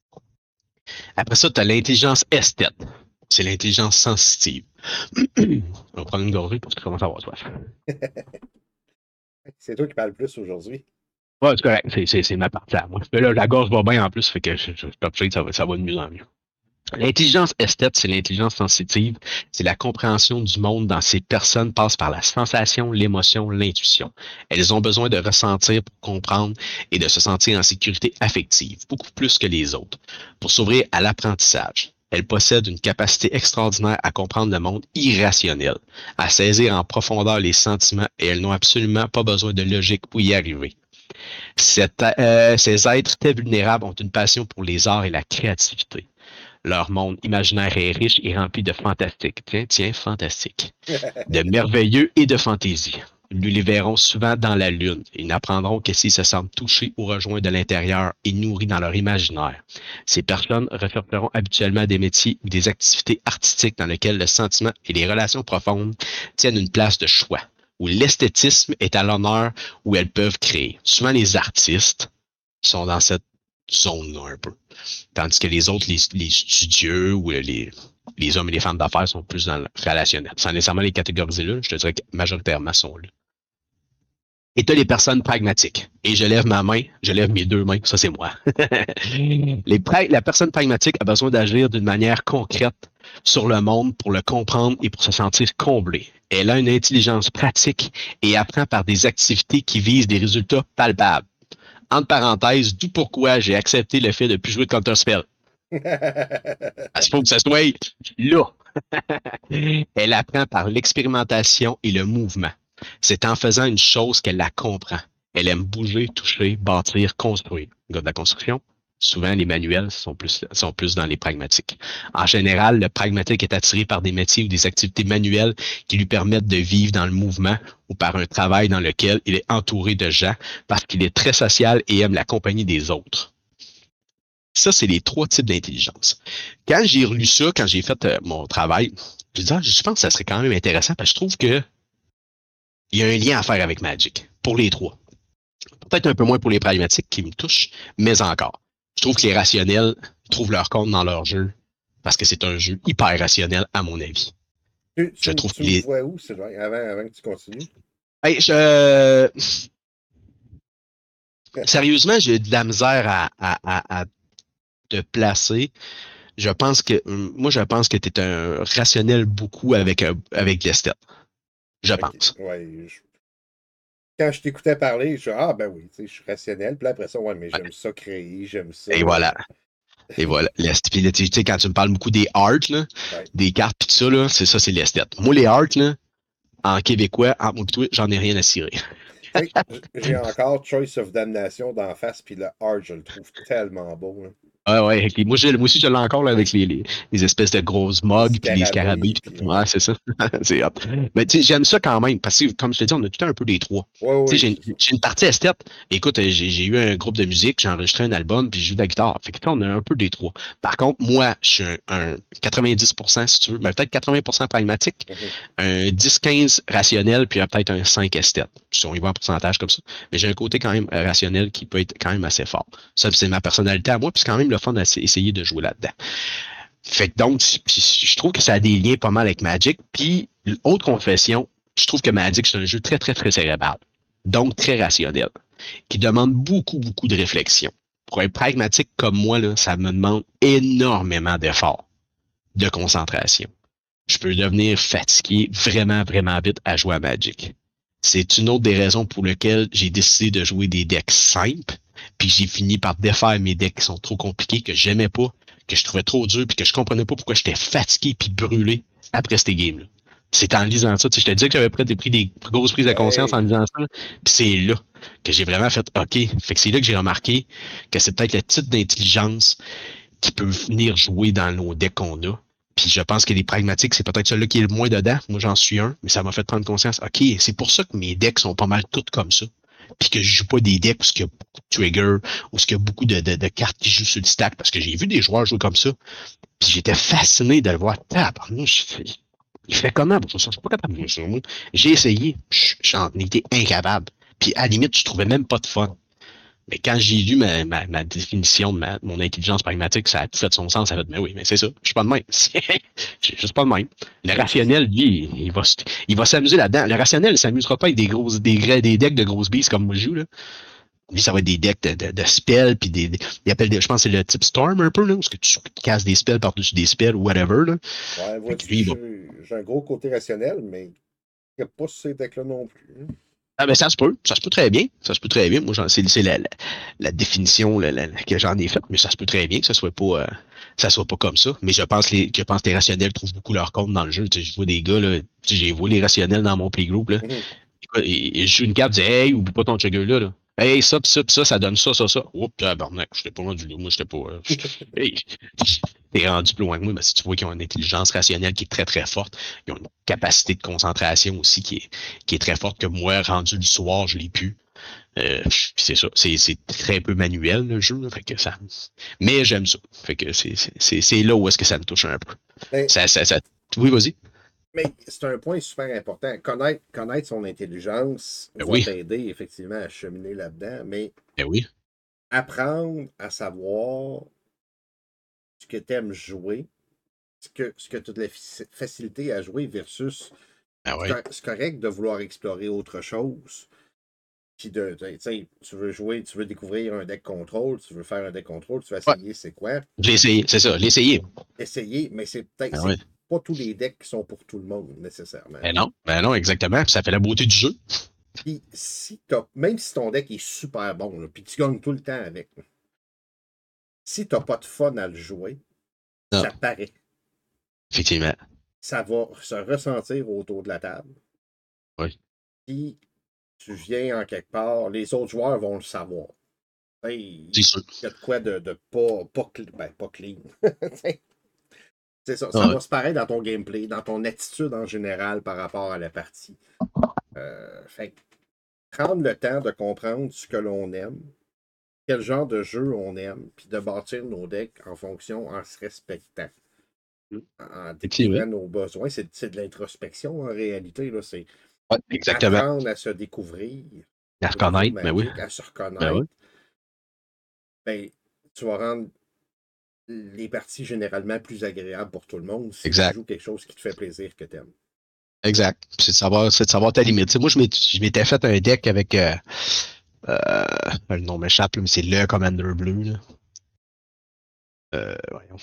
Après ça, tu as l'intelligence esthète. C'est l'intelligence sensitive. On va prendre une gorgée parce que tu commences à avoir soif. C'est toi qui parles plus aujourd'hui. Ouais, c'est correct. C'est, c'est, c'est ma partie à moi. Mais là, la gorge va bien en plus, fait que je, je, je ça va, ça va de mieux en mieux. L'intelligence esthète, c'est l'intelligence sensitive. C'est la compréhension du monde dans ces personnes passe par la sensation, l'émotion, l'intuition. Elles ont besoin de ressentir pour comprendre et de se sentir en sécurité affective, beaucoup plus que les autres, pour s'ouvrir à l'apprentissage. Elle possède une capacité extraordinaire à comprendre le monde irrationnel, à saisir en profondeur les sentiments et elles n'ont absolument pas besoin de logique pour y arriver. Cet, euh, ces êtres très vulnérables ont une passion pour les arts et la créativité. Leur monde imaginaire est riche et rempli de fantastique. Tiens, tiens, fantastique. De merveilleux et de fantaisie. Nous les verrons souvent dans la lune. Ils n'apprendront que s'ils se sentent touchés ou rejoints de l'intérieur et nourris dans leur imaginaire. Ces personnes rechercheront habituellement des métiers ou des activités artistiques dans lesquelles le sentiment et les relations profondes tiennent une place de choix, où l'esthétisme est à l'honneur, où elles peuvent créer. Souvent, les artistes sont dans cette zone-là un peu. Tandis que les autres, les, les studieux ou les, les hommes et les femmes d'affaires sont plus dans le relationnel. Sans nécessairement les catégoriser là, je te dirais que majoritairement sont là. Et tu as les personnes pragmatiques. Et je lève ma main, je lève mes deux mains, ça c'est moi. les pra- la personne pragmatique a besoin d'agir d'une manière concrète sur le monde pour le comprendre et pour se sentir comblée. Elle a une intelligence pratique et apprend par des activités qui visent des résultats palpables. Entre parenthèses, d'où pourquoi j'ai accepté le fait de ne plus jouer de Counter-Spell. Parce qu'il faut que ça soit là. Elle apprend par l'expérimentation et le mouvement. C'est en faisant une chose qu'elle la comprend. Elle aime bouger, toucher, bâtir, construire. Le gars de la construction, souvent les manuels sont plus, sont plus dans les pragmatiques. En général, le pragmatique est attiré par des métiers ou des activités manuelles qui lui permettent de vivre dans le mouvement ou par un travail dans lequel il est entouré de gens parce qu'il est très social et aime la compagnie des autres. Ça, c'est les trois types d'intelligence. Quand j'ai relu ça, quand j'ai fait euh, mon travail, je dis, ah, je pense que ça serait quand même intéressant parce que je trouve que il y a un lien à faire avec Magic, pour les trois. Peut-être un peu moins pour les pragmatiques qui me touchent, mais encore. Je trouve que les rationnels trouvent leur compte dans leur jeu parce que c'est un jeu hyper rationnel, à mon avis. Tu, Je tu, trouve tu que me les... vois où, Sylvain, avant, avant que tu continues? Hey, je... Sérieusement, j'ai de la misère à, à, à, à te placer. Je pense que moi, je pense que tu es un rationnel beaucoup avec, un, avec l'esthète. Je Ok, pense. ouais. Je- Quand je t'écoutais parler, je ah ben oui, tu sais, je suis rationnel. Puis là, après ça, ouais, mais Ouais. j'aime ça créer, j'aime ça. Et euh, voilà. Et voilà. L'est- Puis là, tu sais, quand tu me parles beaucoup des arts, là, ouais. des cartes pis tout ça, là, c'est ça, c'est l'esthète. Moi, les arts, là, en québécois, entre moi et toi, j'en ai rien à cirer. Tu sais, j- j'ai encore Choice of Damnation d'en face, puis le art, je le trouve tellement beau. Là. Ouais, ouais. avec les- Moi, je- moi aussi, je l'ai encore là, avec les, les, les espèces de grosses Les mugs puis les scarabées. scarabées, Pis puis tout. ouais. Ouais, c'est ça. c'est hot. Mais tu sais, j'aime ça quand même, parce que, comme je te dis, on a tout un peu des trois. Ouais, Tu sais, oui, j'ai c'est une, ça. j'ai une partie esthète. Écoute, euh, j'ai j'ai eu un groupe de musique, j'ai enregistré un album, puis je joue de la guitare. Fait que là, on a un peu des trois. Par contre, moi, je suis un, un quatre-vingt-dix pour cent, si tu veux, ben, peut-être quatre-vingts pour cent pragmatique, Mhm. un dix quinze rationnel, puis peut-être un cinq esthète. Si on y va en pourcentage comme ça. Mais j'ai un côté quand même euh, rationnel qui peut être quand même assez fort. Ça, c'est ma personnalité à moi, puis c'est quand même le fun d'essayer de jouer là-dedans. Fait que donc, je trouve que ça a des liens pas mal avec Magic. Puis, autre confession, je trouve que Magic, c'est un jeu très, très, très cérébral. Donc, très rationnel. Qui demande beaucoup, beaucoup de réflexion. Pour un pragmatique comme moi, là, ça me demande énormément d'efforts, de concentration. Je peux devenir fatigué vraiment, vraiment vite à jouer à Magic. C'est une autre des raisons pour lesquelles j'ai décidé de jouer des decks simples, puis j'ai fini par défaire mes decks qui sont trop compliqués, que j'aimais pas, que je trouvais trop dur, puis que je comprenais pas pourquoi j'étais fatigué puis brûlé après ces games-là. C'est en lisant ça. Tu sais, je te disais que j'avais pris des grosses prises de conscience en Ouais. lisant ça. Puis c'est là que j'ai vraiment fait OK. Fait que c'est là que j'ai remarqué que c'est peut-être le type d'intelligence qui peut venir jouer dans nos decks qu'on a. Puis je pense que les pragmatiques, c'est peut-être celui qui est le moins dedans. Moi, j'en suis un, mais ça m'a fait prendre conscience. OK, c'est pour ça que mes decks sont pas mal toutes comme ça. Puis que je joue pas des decks où il y a beaucoup de triggers, où il y a beaucoup de, de, de cartes qui jouent sur le stack, parce que j'ai vu des joueurs jouer comme ça. Puis j'étais fasciné de le voir. Tabarnouche, il fait comment pour ça? Je suis pas capable de jouer ça. Moi, j'ai essayé. J'en étais incapable. Puis à la limite, je trouvais même pas de fun. Mais quand j'ai lu ma, ma, ma définition de ma, mon intelligence pragmatique, ça a tout fait son sens. Ça a fait, mais oui, mais c'est ça. Je suis pas de même. Je suis juste pas de même. Le rationnel, lui, il va, il va s'amuser là-dedans. Le rationnel, il s'amusera pas avec des grosses, des, des decks de grosses beasts comme moi je joue, là. Lui, ça va être des decks de, de, de spells, puis des, des, il appelle des, je pense que c'est le type Storm un peu, là, où que tu casses des spells par-dessus des spells ou whatever, là. Ouais, Fait que vois-tu, lui, il va, j'ai j'ai un gros côté rationnel, mais il n'y a pas ces decks-là non plus. Ah, ben ça se peut, ça se peut très bien, ça se peut très bien. Moi, j'en- c'est c'est la, la, la définition la- la- la- que j'en ai faite, mais ça se peut très bien que ça soit pas, euh, ça soit pas comme ça. Mais je pense les, je pense que les rationnels trouvent beaucoup leur compte dans le jeu. Tu sais, je vois des gars là, tu sais, j'ai vu les rationnels dans mon playgroup là. Mhm. Écoute, Et, et je joue une carte, je dis hey, oublie pas ton trigger là, là. Hey, ça, pis ça, pis ça, ça donne ça, ça, ça. Oups, tabarnak, j'étais pas rendu là. Moi, j'étais pas. euh, hey, t'es rendu plus loin que moi, mais si tu vois qu'ils ont une intelligence rationnelle qui est très, très forte, ils ont une capacité de concentration aussi qui est, qui est très forte que moi, rendu le soir, je l'ai pu. Euh, pis c'est ça. C'est, c'est très peu manuel, le jeu, là, fait que ça. Mais j'aime ça. Fait que c'est, c'est, c'est c'est là où est-ce que ça me touche un peu. Mais, Ça, ça, ça... Oui, vas-y. mais c'est un point super important. Connaître, connaître son intelligence Ben va oui, t'aider effectivement à cheminer là-dedans, mais ben oui. apprendre à savoir ce que tu aimes jouer, ce que, ce que tu as de la fi- facilité à jouer versus Ben c'est oui. cor- c'est correct de vouloir explorer autre chose. Puis de, de- tu sais, tu veux jouer, tu veux découvrir un deck contrôle, tu veux faire un deck contrôle, tu veux Ouais. essayer c'est quoi. Je l'ai essayé, c'est ça, l'essayer. Essayer, mais c'est peut-être Ben c'est oui. pas tous les decks qui sont pour tout le monde, nécessairement. Ben non, ben non, exactement. Puis ça fait la beauté du jeu. Puis si t'as, même si ton deck est super bon, là, puis tu gagnes tout le temps avec, là, si t'as pas de fun à le jouer, Non, ça paraît. effectivement. Ça va se ressentir autour de la table. Oui. Puis tu viens en quelque part, les autres joueurs vont le savoir. Hey, C'est il sûr. y a de quoi de, de pas, pas, cl- ben, pas clean. C'est ça, ça Ah, va se paraître dans ton gameplay, dans ton attitude en général par rapport à la partie. Euh, fait que prendre le temps de comprendre ce que l'on aime, quel genre de jeu on aime, puis de bâtir nos decks en fonction, en se respectant, en effectivement. découvrant nos besoins. C'est c'est de l'introspection en réalité. Là. C'est Ouais, exactement. apprendre à se découvrir À au niveau reconnaître, ben oui. magique, à se Ben oui. reconnaître. Ben, tu vas rendre les parties généralement plus agréables pour tout le monde si tu Exact. joues quelque chose qui te fait plaisir que tu aimes. Exact. C'est de savoir, c'est de savoir ta limite. Tu sais, moi, je m'étais, je m'étais fait un deck avec euh, euh, le nom m'échappe, là, mais c'est le Commander Bleu. Là. Euh, voyons.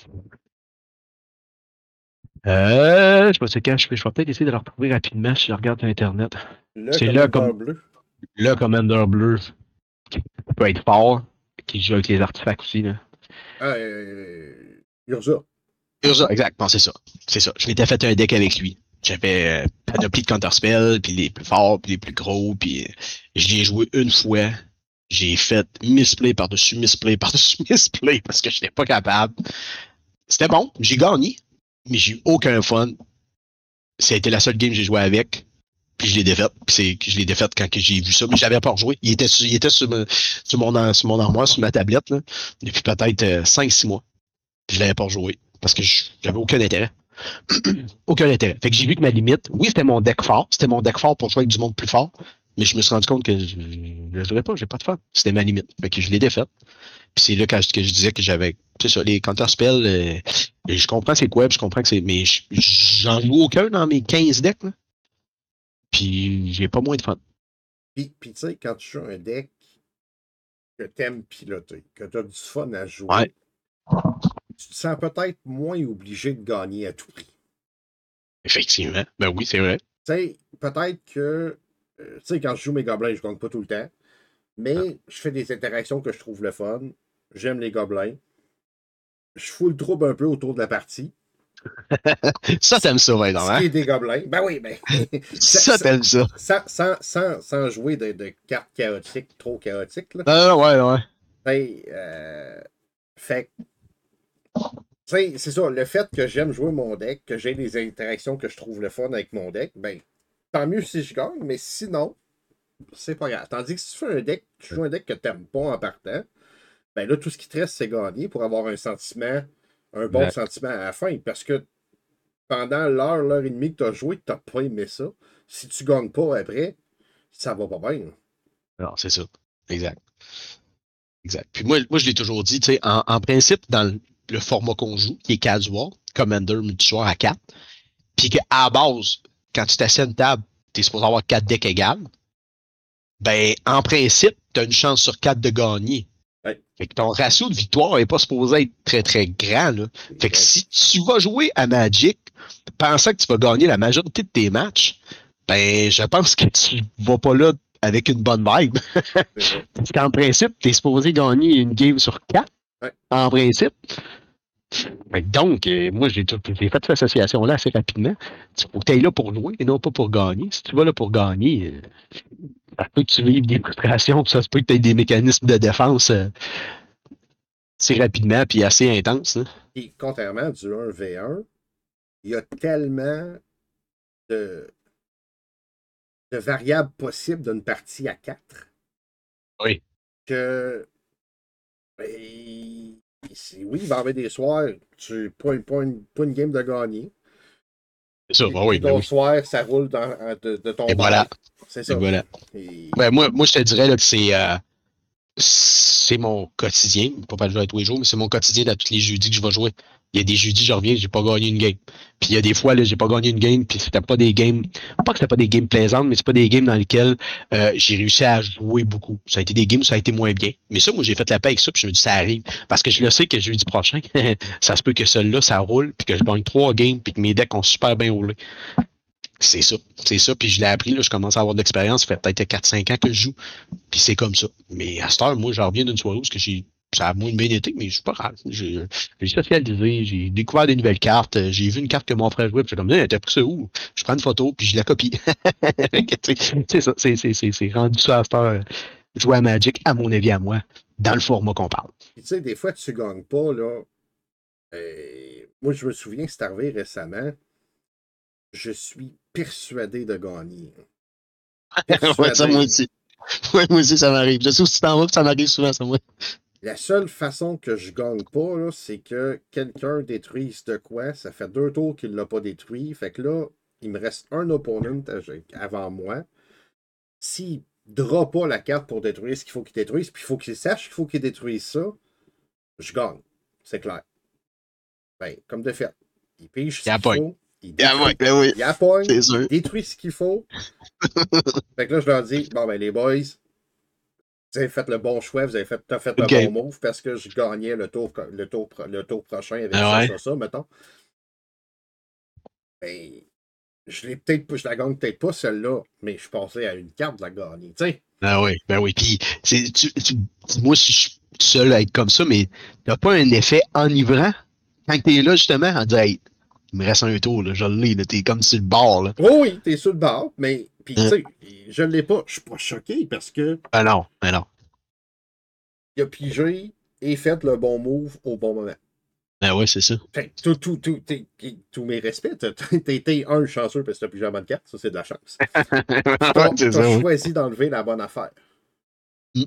Euh, je sais quand je, je vais peut-être essayer de le retrouver rapidement si je regarde sur Internet. Le C'est le, Commander com bleu. le Commander Bleu qui peut être fort, qui joue avec les artefacts aussi. Là. Ah, euh, Urza. Urza, exact. Non, c'est ça. C'est ça. Je m'étais fait un deck avec lui. J'avais euh, panoplie de counterspells, puis les plus forts, puis les plus gros, puis euh, je l'ai joué une fois. J'ai fait misplay par-dessus misplay par-dessus misplay parce que je n'étais pas capable. C'était bon, j'ai gagné, mais j'ai eu aucun fun. Ça a été la seule game que j'ai joué avec. Puis je l'ai défaite. Puis c'est que je l'ai défaite quand que j'ai vu ça. Mais j'avais pas rejoué. Il était, sur- il était sur, me- sur, mon, sur mon armoire, sur ma tablette, là, depuis peut-être euh, cinq six mois. Puis je l'avais pas rejoué. Parce que je- j'avais aucun intérêt. Aucun intérêt. Fait que j'ai vu que ma limite, oui, c'était mon deck fort. C'était mon deck fort pour jouer avec du monde plus fort. Mais je me suis rendu compte que je ne jouerais pas, j'ai pas de fun. C'était ma limite. Fait que je l'ai défaite. Puis c'est là quand je, que je disais que j'avais. C'est ça, les counterspells, euh, je comprends c'est quoi, puis je comprends que c'est. Mais je- j'en joue aucun dans mes quinze decks, là. Puis j'ai pas moins de fun. Puis, puis tu sais, quand tu joues un deck que tu aimes piloter, que tu as du fun à Ouais, jouer, tu te sens peut-être moins obligé de gagner à tout prix. effectivement. Ben oui, c'est vrai. Tu sais, peut-être que, euh, tu sais, quand je joue mes gobelins, je gagne pas tout le temps, mais je fais des interactions que je trouve le fun. J'aime les gobelins. Je fous le trouble un peu autour de la partie. Ça, t'aimes ça, ouais, non, Ce hein? qui est des gobelins. Ben oui, ben. ça- Ça, ça- t'aimes ça. sans, sans, sans, sans jouer de, de cartes chaotiques, trop chaotiques, là. Ah, ouais, ouais. Hey, euh, fait que, tu sais, c'est ça, le fait que j'aime jouer mon deck, que j'ai des interactions que je trouve le fun avec mon deck, ben, tant mieux si je gagne, mais sinon, c'est pas grave. Tandis que si tu fais un deck, tu joues un deck que t'aimes pas en partant, ben là, tout ce qui te reste, c'est gagner pour avoir un sentiment, un bon Exact. sentiment à la fin. Parce que pendant l'heure, l'heure et demie que tu as joué, tu n'as pas aimé ça. Si tu gagnes pas après, ça va pas bien. Non, c'est ça. Exact. Exact. Puis moi, moi je l'ai toujours dit, tu sais, en, en principe, dans le, le format qu'on joue, qui est casual, Commander multijoueur à quatre, puis qu'à la base, quand tu t'assieds à une table, tu es supposé avoir quatre decks égales, ben, en principe, tu as une chance sur quatre de gagner. Ouais. Fait que ton ratio de victoire n'est pas supposé être très, très grand, là. Fait que si tu vas jouer à Magic, pensant que tu vas gagner la majorité de tes matchs, ben, je pense que tu vas pas là avec une bonne vibe. Parce qu'en principe, tu es supposé gagner une game sur quatre. Ouais. En principe. Fait que donc, euh, moi, j'ai, tout- j'ai fait cette association-là assez rapidement. Il faut que tu ailles là pour jouer et non pas pour gagner. Si tu vas là pour gagner, euh, ça se peut que tu vives des frustrations, puis ça se peut que tu aies des mécanismes de défense euh, assez rapidement puis assez intenses. Hein. Et contrairement du un v un, il y a tellement de, de variables possibles d'une partie à quatre Oui. que ben, c'est- oui, il va y avoir des soirs, tu pas, une- pas, une, pas une game de gagner. C'est ça, Et, bah oui, et ben d'autres oui. soirs, ça roule dans, de, de ton Et bord. voilà. C'est Et ça. voilà. Et- Ben, moi, moi, je te dirais là, que c'est, euh, c'est mon quotidien. Pas pas de jouer à tous les jours, mais c'est mon quotidien à tous les jeudis que je vais jouer. Il y a des jeudis, je reviens, j'ai pas gagné une game. Puis il y a des fois, là, j'ai pas gagné une game, puis c'était pas des games. Pas que c'était pas des games plaisantes, mais c'est pas des games dans lesquelles euh, j'ai réussi à jouer beaucoup. Ça a été des games où ça a été moins bien. Mais ça, moi, j'ai fait la paix avec ça, puis je me dis, ça arrive. Parce que je le sais que jeudi prochain, ça se peut que celui-là, ça roule, puis que je gagne trois games, puis que mes decks ont super bien roulé. C'est ça. C'est ça. Puis je l'ai appris, là, je commence à avoir de l'expérience. Ça fait peut-être quatre cinq ans que je joue. Puis c'est comme ça. Mais à cette heure, moi, j'en reviens d'une soirée où que j'ai. Ça a moins bien été, mais je suis pas grave. J'ai j'ai socialisé, j'ai découvert des nouvelles cartes, euh, j'ai vu une carte que mon frère jouait, puis j'ai comme, hey, t'as pris ça où? Je prends une photo, puis je la copie. C'est ça, c'est c'est- c'est- c'est rendu ça à cette heure. Jouer à Magic, à mon avis, à moi, dans le format qu'on parle. Puis tu sais, des fois, tu gagnes pas, là. Euh, moi, je me souviens, c'est arrivé récemment. Je suis persuadé de gagner. Ouais, ça, moi Persuadé. aussi. Ouais, moi aussi, ça m'arrive. Je sais où tu t'en vas, puis ça m'arrive souvent, ça, moi. La seule façon que je gagne pas, là, c'est que quelqu'un détruise de quoi. Ça fait deux tours qu'il l'a pas détruit. Fait que là, il me reste un opponent avant moi. S'il draw pas la carte pour détruire ce qu'il faut qu'il détruise, puis il faut qu'il sache qu'il faut qu'il détruise ça, je gagne. C'est clair. Ben, comme de fait. Il pige ce Il y a qu'il pas. faut. Il Ah détruit. ouais, ben oui, Il appogne. c'est sûr. Il détruit ce qu'il faut. Fait que là, je leur dis, bon, ben, les boys, vous avez fait le bon choix, vous avez fait, t'as fait le Okay. bon move parce que je gagnais le tour, le tour, le tour prochain avec Ah ça, ouais. ça, ça, mettons. Ben, je l'ai peut-être pas, je la gagne peut-être pas celle-là, mais je pensais à une carte de la gagner, tu sais. Ah oui, ben oui. Puis, c'est, tu, tu, moi, si je suis seul à être comme ça, mais t'as pas un effet enivrant quand t'es là, justement, en disant, hey, il me reste un tour, là, je l'ai, là, t'es comme sur le bord, là. Oh oui, t'es sur le bord, mais, puis tu Hein? sais, je l'ai pas, je suis pas choqué parce que Ah non, ah non. il a pigé et fait le bon move au bon moment. Ah oui, c'est ça. Fait que tout, tout, tout, t'es- t'es- tous mes respects, t'as t'as été un chanceux parce que t'as pigé la bonne carte, ça c'est de la chance. T'as c'est t'as ça, oui. choisi d'enlever la bonne affaire. Mm.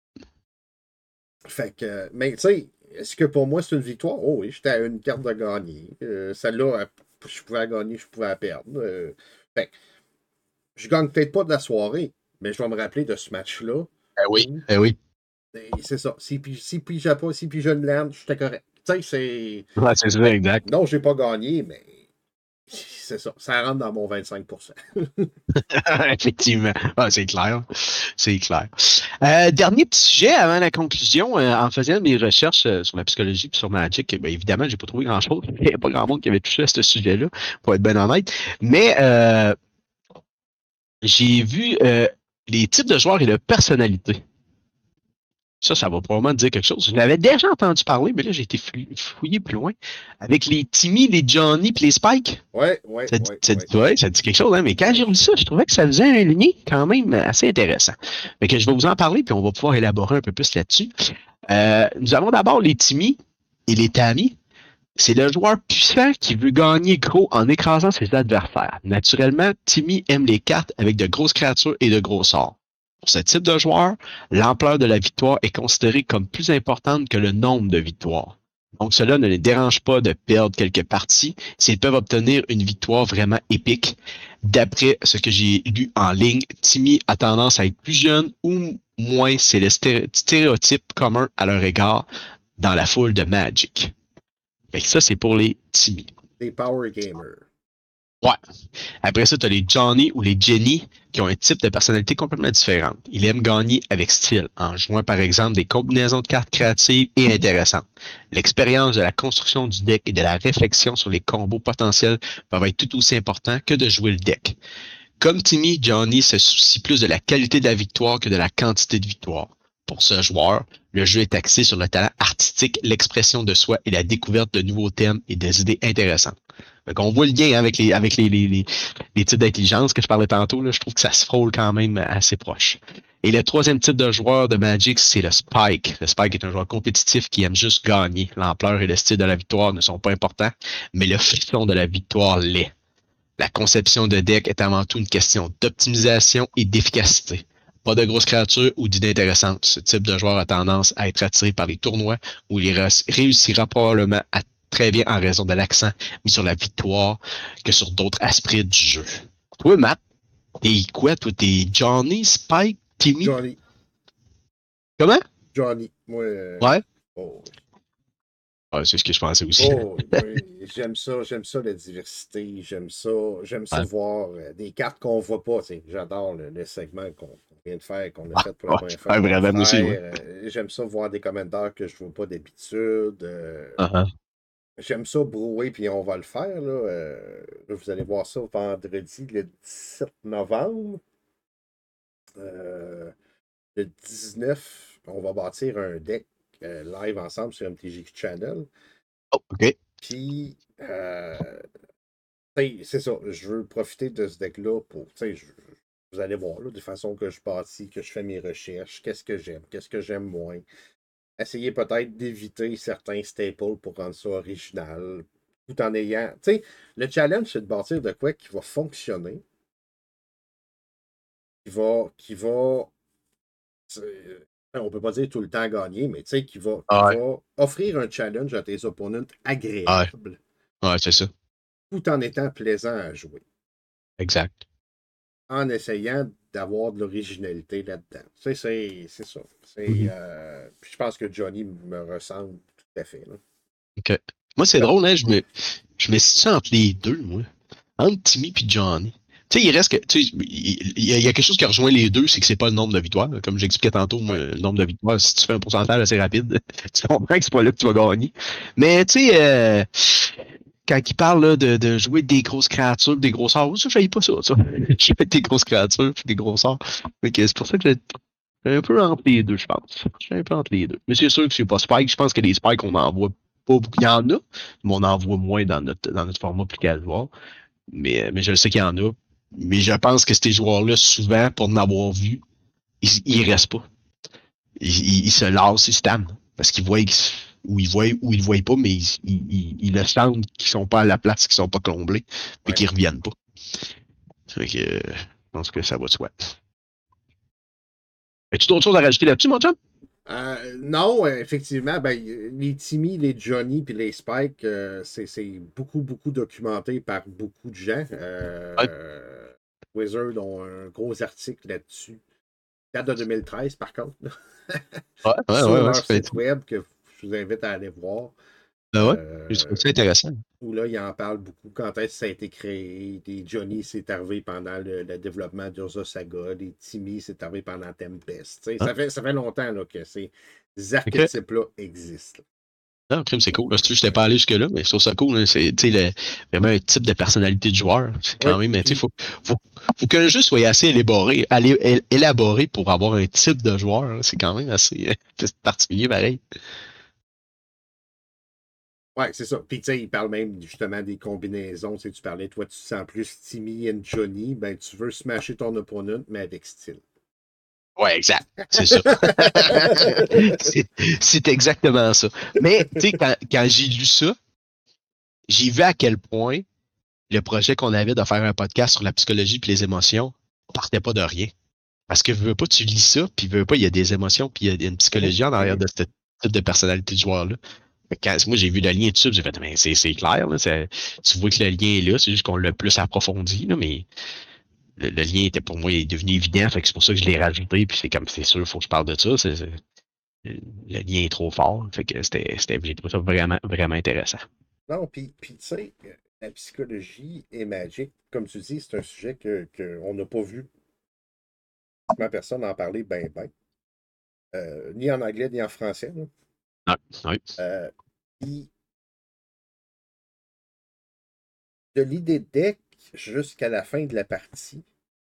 Fait que, mais tu sais, est-ce que pour moi c'est une victoire? Oh oui, j'étais à une carte de gagner. Euh, celle-là, elle- je pouvais la gagner, je pouvais la perdre. Euh, fait que, je gagne peut-être pas de la soirée, mais je vais me rappeler de ce match-là. Ah oui, où, ah oui. et c'est ça. Si puis si pigeait pas, si pigeait une land, j'étais correct. Tu sais, c'est. Ouais, c'est ça, Ben, exact. non, j'ai pas gagné, mais c'est ça. Ça rentre dans mon vingt-cinq pour cent. Effectivement. Ah, c'est clair. C'est clair. Euh, dernier petit sujet avant la conclusion. Euh, en faisant mes recherches euh, sur la psychologie et sur Magic, ben, évidemment, j'ai pas trouvé grand-chose. Il n'y a pas grand monde qui avait touché à ce sujet-là, pour être bien honnête. Mais euh, j'ai vu euh, les types de joueurs et de personnalités. Ça, ça va probablement te dire quelque chose. Je l'avais déjà entendu parler, mais là, j'ai été fouillé plus loin. Avec les Timmy, les Johnny et les Spike. Ouais, ouais, Ça dit, ouais, ça ouais. dit, ouais, ça dit quelque chose, hein? Mais quand j'ai lu ça, je trouvais que ça faisait un lien quand même assez intéressant. Fait que je vais vous en parler, puis on va pouvoir élaborer un peu plus là-dessus. Euh, nous avons d'abord les Timmy et les Tammy. C'est le joueur puissant qui veut gagner gros en écrasant ses adversaires. Naturellement, Timmy aime les cartes avec de grosses créatures et de gros sorts. Pour ce type de joueur, l'ampleur de la victoire est considérée comme plus importante que le nombre de victoires. Donc, cela ne les dérange pas de perdre quelques parties s'ils peuvent obtenir une victoire vraiment épique. D'après ce que j'ai lu en ligne, Timmy a tendance à être plus jeune ou moins, c'est le stéréotype commun à leur égard dans la foule de Magic. Fait que ça, c'est pour les Timmy. Des power gamers. Ouais. Après ça, tu as les Johnny ou les Jenny qui ont un type de personnalité complètement différente. Ils aiment gagner avec style, en jouant par exemple des combinaisons de cartes créatives et intéressantes. L'expérience de la construction du deck et de la réflexion sur les combos potentiels peuvent être tout aussi importants que de jouer le deck. Comme Timmy, Johnny se soucie plus de la qualité de la victoire que de la quantité de victoire. Pour ce joueur, le jeu est axé sur le talent artistique, l'expression de soi et la découverte de nouveaux thèmes et des idées intéressantes. Donc, on voit le lien hein, avec les avec les, les, les, les types d'intelligence que je parlais tantôt. Là, je trouve que ça se frôle quand même assez proche. Et le troisième type de joueur de Magic, c'est le Spike. Le Spike est un joueur compétitif qui aime juste gagner. L'ampleur et le style de la victoire ne sont pas importants, mais le frisson de la victoire l'est. La conception de deck est avant tout une question d'optimisation et d'efficacité. Pas de grosses créatures ou d'idées intéressantes. Ce type de joueur a tendance à être attiré par les tournois où il réussira probablement à très bien en raison de l'accent mis sur la victoire que sur d'autres aspects du jeu. Toi, Matt, t'es quoi? Toi, t'es Johnny, Spike, Timmy? Johnny. Comment? Johnny. Moi. Euh... Ouais. Oh. Ouais, c'est ce que je pensais aussi. Oh, oui, j'aime ça, j'aime ça la diversité, j'aime ça, j'aime ça Ouais. voir euh, des cartes qu'on voit pas. J'adore le, le segment qu'on vient de faire, qu'on a Ah, fait pour la ouais, première fois. ouais, vraiment aussi, ouais. Euh, j'aime ça voir des commentaires que je vois pas d'habitude. Euh, Uh-huh. J'aime ça brouer, puis on va le faire. Là. Euh, là, vous allez voir ça vendredi, le dix-sept novembre. Euh, le dix-neuf, on va bâtir un deck euh, live ensemble sur M T G Channel. Oh, OK. Puis, euh, c'est ça, je veux profiter de ce deck-là pour, je, vous allez voir, là, de façon que je bâtis, que je fais mes recherches, qu'est-ce que j'aime, qu'est-ce que j'aime moins. Essayer peut-être d'éviter certains staples pour rendre ça original, tout en ayant, tu sais, le challenge, c'est de bâtir de quoi qui va fonctionner, qui va, qui va, on peut pas dire tout le temps gagner, mais tu sais, qui va, qui Ah ouais. va offrir un challenge à tes opponents Ah ouais. agréable, Ouais, c'est ça. tout en étant plaisant à jouer. Exact. En essayant d'avoir de l'originalité là-dedans. Tu sais, c'est, c'est ça. C'est, Mhm. euh, puis je pense que Johnny me ressemble tout à fait. Là. OK. Moi, c'est Là. drôle, hein? Je me, je me situe entre les deux, moi. Entre Timmy et Johnny. Tu sais, il reste que. Tu sais, il y, a, il y a quelque chose qui rejoint les deux, c'est que c'est pas le nombre de victoires. Comme j'expliquais tantôt, moi, Ouais. le nombre de victoires, si tu fais un pourcentage assez rapide, tu comprends que c'est pas là que tu vas gagner. Mais tu sais, euh, quand il parle là, de, de jouer des grosses créatures, des gros sorts, ça, je fais pas ça, ça. Je fais des grosses créatures puis des gros sorts. Fait que c'est pour ça que j'ai un peu entre les deux, je pense. Je suis un peu entre les deux. Mais c'est sûr que c'est pas Spike. Je pense que les Spikes, on en voit pas beaucoup. Il y en a, mais on en voit moins dans notre, dans notre format plus casual. Mais, mais je sais qu'il y en a. Mais je pense que ces joueurs-là, souvent, pour en avoir vu, ils, ils restent pas. Ils, ils, ils se lassent, ils se tannent. Parce qu'ils voient ou ils voient ou ils ne voient pas, mais ils, ils, ils, ils le sentent qu'ils sont pas à la place, qu'ils sont pas comblés, puis Ouais. qu'ils reviennent pas. Fait que euh, je pense que ça va de soi. As-tu d'autres choses à rajouter là-dessus, mon chum? Euh, non, effectivement, ben, les Timmy, les Johnny puis les Spike, euh, c'est, c'est beaucoup, beaucoup documenté par beaucoup de gens. Ouais, Euh, Wizard ont un gros article là-dessus. Date de deux mille treize, par contre. ouais, ouais, Sur ouais, ouais, leur ça fait. site web que je vous invite à aller voir. Ben ouais, je trouve Euh, ça intéressant. où là, il en parle beaucoup. Quand est-ce que ça a été créé? Des Johnny, c'est arrivé pendant le, le développement d'Urza Saga. Des Timmy, c'est arrivé pendant Tempest. Hein? Ça fait, ça fait longtemps là, que ces Ok. archétypes-là existent. Non, crime, c'est cool. Là, si tu veux, je t'ai pas allé jusque-là, mais je trouve ça cool. Hein. C'est tu sais, le- vraiment un type de personnalité de joueur. C'est Oui, quand même. Tu sais, puis faut, faut, faut qu'un jeu soit assez élaboré, allé- él- élaboré pour avoir un type de joueur. Hein. C'est quand même assez euh, particulier, pareil. ouais, c'est ça. Puis tu sais, il parle même justement des combinaisons. Tu sais, tu parlais, toi, tu te sens plus Timmy et Johnny. Ben, tu veux smasher ton opponent, mais avec style. Ouais, exact. C'est ça. c'est c'est exactement ça. Mais, tu sais, quand, quand j'ai lu ça, j'ai vu à quel point le projet qu'on avait de faire un podcast sur la psychologie et les émotions partait pas de rien. Parce que veux pas, tu lis ça, puis veux pas, il y a des émotions, puis il y a une Mhm, psychologie en arrière mhm. de ce type de personnalité de joueur-là. Quand, moi, j'ai vu le lien dessus, j'ai fait, mais c'est, c'est clair, là, tu vois que le lien est là, c'est juste qu'on l'a plus approfondi, là, mais le, le lien était pour moi, il est devenu évident, fait que c'est pour ça que je l'ai rajouté, puis c'est comme, c'est sûr, il faut que je parle de ça, c'est, c'est, le lien est trop fort, fait que c'était, c'était, j'ai trouvé ça vraiment, vraiment intéressant. Non, puis, puis tu sais, la psychologie est magique. Comme tu dis, c'est un sujet que, que on n'a pas vu ma personne en parler ben ben. Euh, ni en anglais, ni en français. Là. Ouais, ouais. Euh, puis, de l'idée deck jusqu'à la fin de la partie,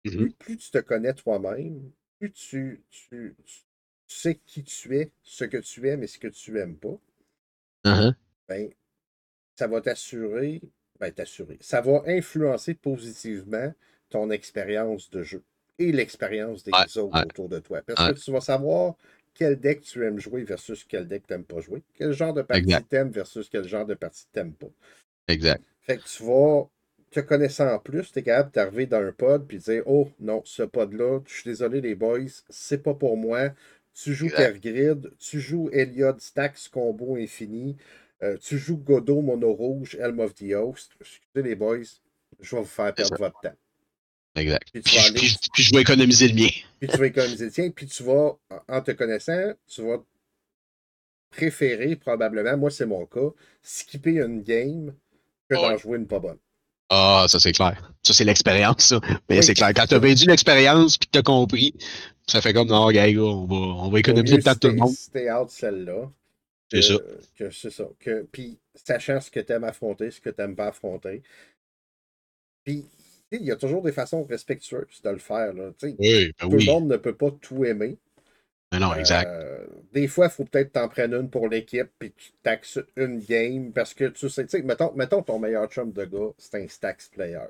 Mhm. plus, plus tu te connais toi-même, plus tu, tu, tu sais qui tu es, ce que tu aimes et ce que tu aimes pas, Uh-huh. ben, ça va t'assurer, ben, t'assurer, ça va influencer positivement ton expérience de jeu et l'expérience Ouais, des autres ouais, autour de toi. Parce que ouais, tu vas savoir quel deck tu aimes jouer versus quel deck tu n'aimes pas jouer, quel genre de partie exact, tu aimes versus quel genre de partie tu n'aimes pas. exact. Fait que tu vas, te connaissant en plus, tu es capable d'arriver dans un pod puis de dire oh non, ce pod-là, je suis désolé les boys, c'est pas pour moi. Tu joues Exact. Kergrid, tu joues Eliod Stax Combo Infini, euh, tu joues Godot Mono Rouge, Helm of the Host. Excusez les boys, je vais vous faire C'est perdre ça. votre temps. Exact. Puis tu Puis, vas je- aller, puis, puis je vais économiser le mien. puis tu vas économiser le tien, puis tu vas, en en te connaissant, tu vas préférer probablement, moi c'est mon cas, skipper une game que Ouais. d'en jouer une pas bonne. Ah, ça c'est clair. Ça, c'est l'expérience, ça. Mais Oui, c'est clair. Quand tu as vécu l'expérience puis que tu as compris, ça fait comme non, gars, gars, on va, on va vaut économiser mieux le temps de tout le stay, monde. stay out celle-là C'est ça. que, que c'est ça. Que, puis, sachant ce que tu aimes affronter, ce que tu n'aimes pas affronter. Puis, tu sais, il y a toujours des façons respectueuses de le faire. Là. Tu sais, Oui, ben tout le oui. monde ne peut pas tout aimer. Ben non, exact. Euh, des fois, il faut peut-être t'en prendre une pour l'équipe, puis tu taxes une game, parce que tu sais, tu sais, mettons, mettons ton meilleur chum de gars, c'est un Stax player.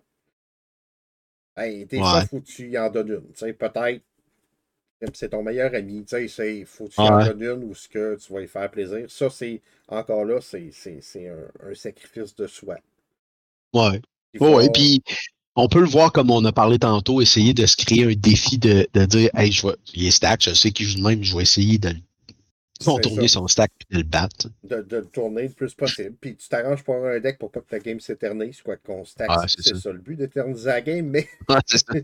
Hey, des fois, Ouais. il faut que tu y en donnes une. Tu sais, peut-être, c'est ton meilleur ami, tu sais, il faut que tu y en Ouais. donnes une ou ce que tu vas lui faire plaisir. Ça, c'est, encore là, c'est, c'est, c'est un, un sacrifice de soi. Ouais. Il Ouais, ouais. va, Puis on peut le voir comme on a parlé tantôt, essayer de se créer un défi de, de dire hey, je vais. Il est stack, je sais qu'il joue de même, je vais essayer de le c'est contourner ça, son stack et de le battre. de, de le tourner le plus possible. Puis tu t'arranges pour avoir un deck pour pas que ta game s'éternise, quoi qu'on stack, Ouais, c'est c'est ça. ça le but d'éterniser la game, mais Ouais, c'est ça.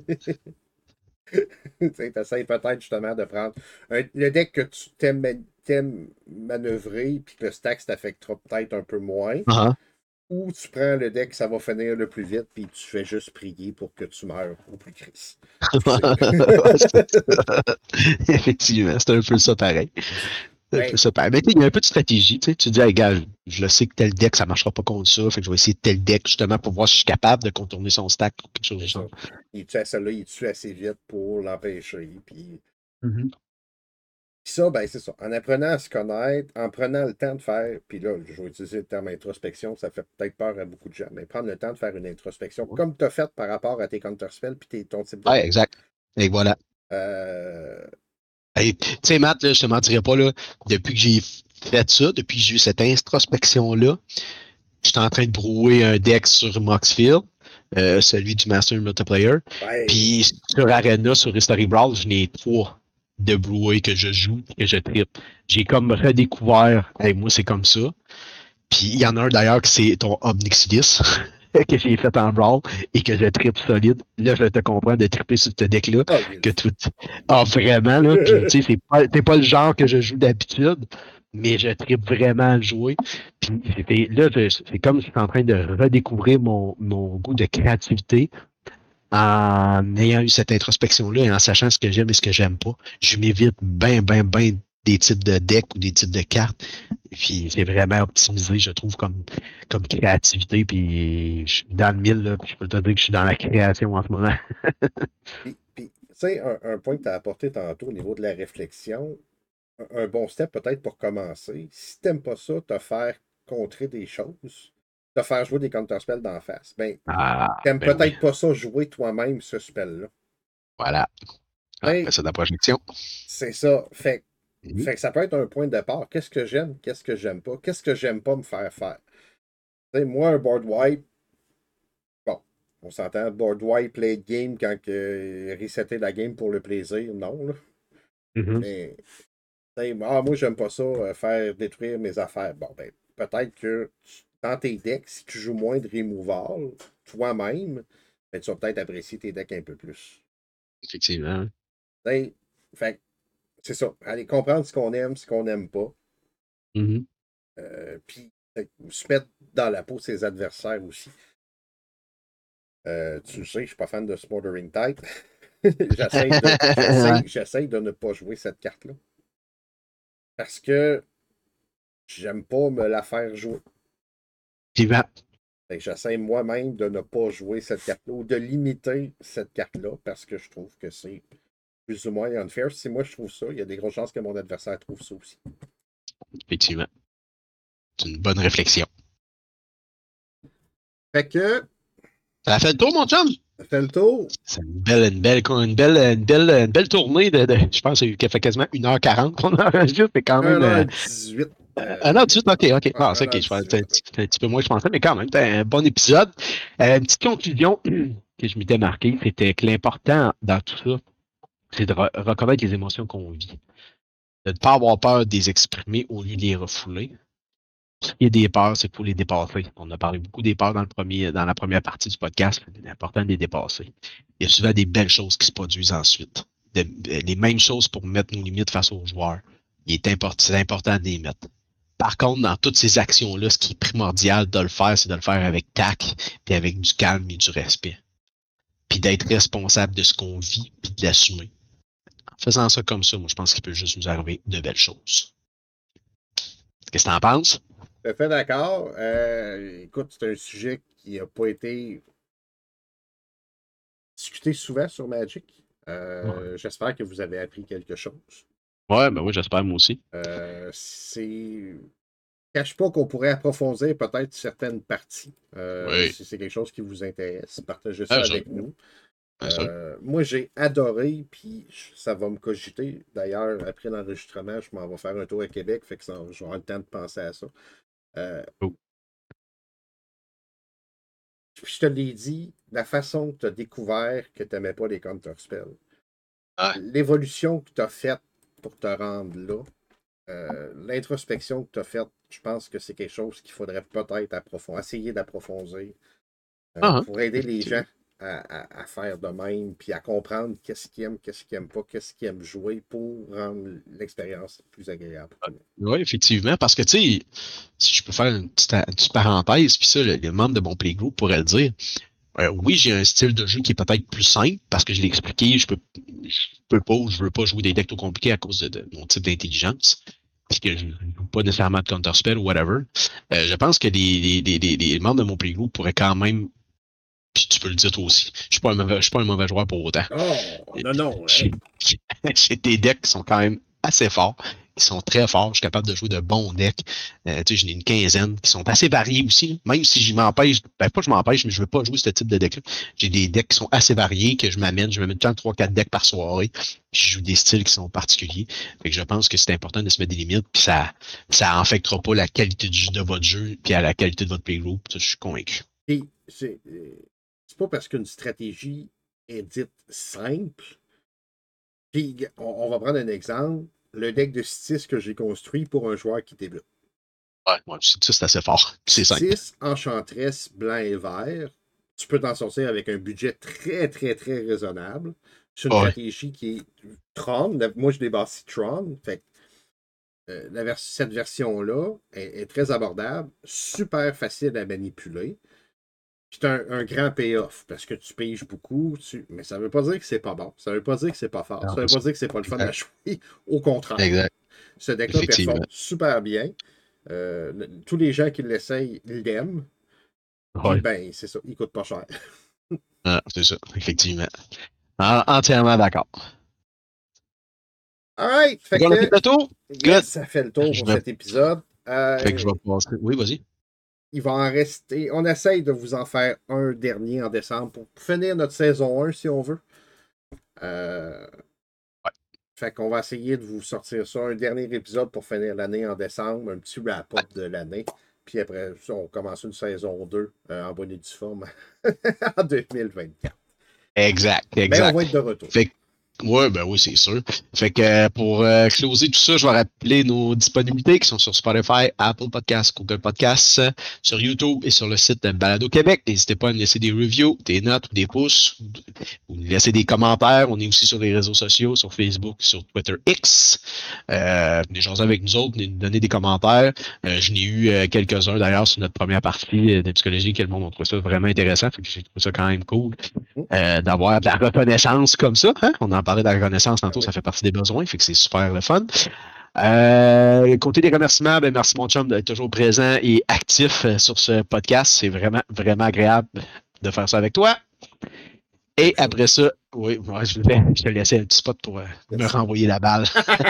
tu essaies peut-être justement de prendre un- le deck que tu t'aimes, t'aimes manœuvrer, puis que le stack t'affectera peut-être un peu moins. Uh-huh. Ou tu prends le deck, ça va finir le plus vite, puis tu fais juste prier pour que tu meurs au plus Chris. C'est ça. Effectivement, c'est un peu ça pareil. C'est un peu Ben, ça pareil. Mais tu sais, il y a un peu de stratégie. Tu sais, tu dis, hey, gars, je le sais que tel deck, ça ne marchera pas contre ça. Fait que je vais essayer tel deck justement pour voir si je suis capable de contourner son stack ou quelque chose c'est du ça. genre. Il tue à celle-là, il tue assez vite pour l'empêcher. Puis Mhm. Puis ça, ben c'est ça. En apprenant à se connaître, en prenant le temps de faire, puis là, je vais utiliser le terme introspection, ça fait peut-être peur à beaucoup de gens, mais prendre le temps de faire une introspection, comme tu as fait par rapport à tes counterspells puis tes, ton type de Ouais, deck. exact. Et voilà. Euh, Hey, tu sais, Matt, là, je te mentirais pas, là, depuis que j'ai fait ça, depuis que j'ai eu cette introspection-là, j'étais en train de brouiller un deck sur Moxfield, euh, celui du Master Multiplayer. ouais, Puis sur Arena, sur History Brawl, j'en ai trois de brouiller que je joue et que je tripe. J'ai comme redécouvert, hey, moi c'est comme ça. Puis il y en a un d'ailleurs que c'est ton Obnixilis que j'ai fait en Brawl et que je tripe solide. Là, je te comprends de triper sur ce deck-là. oh, il est le Que fun. tout. Ah, vraiment, là. Puis, tu sais, c'est pas, c'est pas le genre que je joue d'habitude, mais je tripe vraiment à le jouer. Puis, c'était- là, je- c'est comme si je suis en train de redécouvrir mon, mon goût de créativité en ayant eu cette introspection-là et en sachant ce que j'aime et ce que j'aime pas. Je m'évite bien, bien, bien des types de decks ou des types de cartes. Puis c'est vraiment optimisé, je trouve, comme, comme créativité. Puis je suis dans le mille, là, puis je peux te dire que je suis dans la création en ce moment. Puis, puis, tu sais, un, un point que tu as apporté tantôt au niveau de la réflexion, un, un bon step peut-être pour commencer, si tu n'aimes pas ça, te faire contrer des choses, te faire jouer des counterspells d'en face, ben, Ah, t'aimes ben oui. peut-être pas ça jouer toi-même ce spell-là. Voilà. Ah, ben Hey, c'est de la projection. c'est ça. Fait, Mhm. fait que ça peut être un point de départ. Qu'est-ce que j'aime? Qu'est-ce que j'aime pas? Qu'est-ce que j'aime pas me faire faire? Tu sais, moi, un board wipe, bon, on s'entend, board wipe, play de game quand que resetter la game pour le plaisir, non, là. Mhm. Mais, tu sais, ah, moi, j'aime pas ça, euh, faire détruire mes affaires. Bon, ben, peut-être que tu- dans tes decks, si tu joues moins de removal toi-même, ben, tu vas peut-être apprécier tes decks un peu plus. Effectivement. Tu sais, fait que c'est ça. Allez, comprendre ce qu'on aime, ce qu'on n'aime pas. Mhm. Euh, puis fait que se mettre dans la peau de ses adversaires aussi. Euh, tu le sais, je suis pas fan de Smothering Tide. j'essaie de, j'essaie, Ouais. j'essaie de ne pas jouer cette carte-là. Parce que j'aime pas me la faire jouer. Effectivement. Fait que j'essaie moi-même de ne pas jouer cette carte-là ou de limiter cette carte-là parce que je trouve que c'est plus ou moins unfair. Si moi je trouve ça, il y a des grosses chances que mon adversaire trouve ça aussi. Effectivement. C'est une bonne réflexion. Fait que. Ça a fait le tour, mon chum? Ça fait le tour. C'est une belle, une belle, une belle, une belle, une belle tournée de, de je pense qu'il fait quasiment une heure quarante qu'on enregistre, mais quand même. un heure euh, dix-huit. Euh, un heure dix-huit, ok, ok. Ah, c'est ok, je pense, c'est un petit peu moins que je pensais, mais quand même, c'était un bon épisode. Euh, une petite conclusion que je m'étais marquée, c'était que l'important dans tout ça, c'est de re- reconnaître les émotions qu'on vit. De ne pas avoir peur de les exprimer au lieu de les refouler. S'il y a des peurs, c'est pour les dépasser. On a parlé beaucoup des peurs dans, le premier, dans la première partie du podcast. C'est important de les dépasser. Il y a souvent des belles choses qui se produisent ensuite. De- les mêmes choses pour mettre nos limites face aux joueurs. Il est important, c'est important de les mettre. Par contre, dans toutes ces actions-là, ce qui est primordial de le faire, c'est de le faire avec tact, puis avec du calme et du respect. Puis d'être responsable de ce qu'on vit, puis de l'assumer. En faisant ça comme ça, moi, je pense qu'il peut juste nous arriver de belles choses. Qu'est-ce que t'en penses? Tout à fait d'accord. Euh, écoute, c'est un sujet qui n'a pas été discuté souvent sur Magic. Euh, Ouais. J'espère que vous avez appris quelque chose. Ouais, ben oui, j'espère moi aussi. Euh, c'est. Je cache pas qu'on pourrait approfondir peut-être certaines parties. Euh, Oui. Si c'est quelque chose qui vous intéresse, partagez Ah, ça ça. avec nous. Bien sûr. Euh, moi, j'ai adoré, puis ça va me cogiter. D'ailleurs, après l'enregistrement, je m'en vais faire un tour à Québec, fait que ça, je vais avoir le temps de penser à ça. Euh, Oh. Puis je te l'ai dit, la façon que tu as découvert que tu n'aimais pas les counterspells, Ouais. l'évolution que tu as faite pour te rendre là, euh, l'introspection que tu as faite, je pense que c'est quelque chose qu'il faudrait peut-être approfondir, essayer d'approfondir euh, Ah, pour aider les gens à, à- à faire de même, puis à comprendre qu'est-ce qu'ils aiment, qu'est-ce qu'ils n'aiment pas, qu'est-ce qu'ils aiment jouer pour rendre l'expérience plus agréable. Oui, effectivement, parce que, tu sais, si je peux faire une petite, une petite parenthèse, puis ça, le, le membre de mon playgroup pourrait le dire. Euh, oui, j'ai un style de jeu qui est peut-être plus simple, parce que je l'ai expliqué, je peux, je peux pas ou je veux pas jouer des decks trop compliqués à cause de, de mon type d'intelligence, puis que je ne joue pas nécessairement de counterspell ou whatever. Euh, je pense que les, les, les, les membres de mon playgroup pourraient quand même, puis tu peux le dire toi aussi, je suis pas un mauvais, je suis pas un mauvais joueur pour autant. Oh, non, non. J'ai j'ai des decks qui sont quand même assez forts. Ils sont très forts. Je suis capable de jouer de bons decks. Euh, tu sais, j'en ai une quinzaine qui sont assez variés aussi. Même si je m'empêche, ben pas que je m'empêche, mais je veux pas jouer ce type de deck-là. J'ai des decks qui sont assez variés que je m'amène. Je m'amène tout le temps trois quatre decks par soirée. Puis je joue des styles qui sont particuliers. Fait que je pense que c'est important de se mettre des limites. Puis ça, ça affectera pas la qualité du, de votre jeu puis à la qualité de votre playgroup. Je suis convaincu. Puis, c'est euh, c'est pas parce qu'une stratégie est dite simple. Puis, on, on va prendre un exemple. Le deck de six que j'ai construit pour un joueur qui débute. Ouais, moi, ça, c'est assez fort. C'est simple. six enchanteresse blanc et vert. Tu peux t'en sortir avec un budget très, très, très raisonnable. C'est une Ouais. stratégie qui est Tron. Moi, je l'ai bâti Tron. Fait que, euh, la vers- cette version-là est, est très abordable, super facile à manipuler. Puis c'est un, un grand payoff parce que tu piges beaucoup, tu... mais ça ne veut pas dire que c'est pas bon. Ça ne veut pas dire que c'est pas fort. Non, Ça ne veut c'est pas dire que c'est pas le fun à jouer. Au contraire. Exact. Ce deck-là Effectivement. performe super bien. Euh, le- tous les gens qui l'essayent l'aiment. Puis Ouais. ben, c'est ça, il coûte pas cher. Ah, c'est ça, effectivement. En- entièrement d'accord. Alright, fait Donc, on a fait que le tour? yes, ça fait le tour Je pour vais- cet épisode. Euh, Fait que je vais passer. Oui, vas-y. il va en rester. On essaye de vous en faire un dernier en décembre pour finir notre saison un si on veut. Euh, Ouais. Fait qu'on va essayer de vous sortir ça, un dernier épisode pour finir l'année en décembre, un petit wrap-up de l'année. Puis après ça, on commence une saison deux euh, en bonne et due forme en deux mille vingt-quatre. Exact, Mais exact. on va être de retour. Fait que, ouais, ben oui, c'est sûr. Fait que euh, pour euh, closer tout ça, je vais rappeler nos disponibilités qui sont sur Spotify, Apple Podcasts, Google Podcasts, euh, sur YouTube et sur le site de Balado Québec. N'hésitez pas à nous laisser des reviews, des notes ou des pouces, ou nous laisser des commentaires. On est aussi sur les réseaux sociaux, sur Facebook, sur Twitter X. Euh, venez jaser avec nous autres, venez nous donner des commentaires. Euh, je n'ai eu euh, quelques-uns d'ailleurs sur notre première partie euh, de psychologie, que le monde a trouvé ça vraiment intéressant. Fait que j'ai trouvé ça quand même cool euh, d'avoir de la reconnaissance comme ça. Hein? On en parlait de la reconnaissance tantôt, Ah oui. ça fait partie des besoins, fait que c'est super le fun. Euh, côté des remerciements, ben merci mon chum d'être toujours présent et actif euh, sur ce podcast. C'est vraiment, vraiment agréable de faire ça avec toi. Et Excellent. après ça, oui, moi, je, vais, je te laissais un petit spot pour euh, me renvoyer la balle.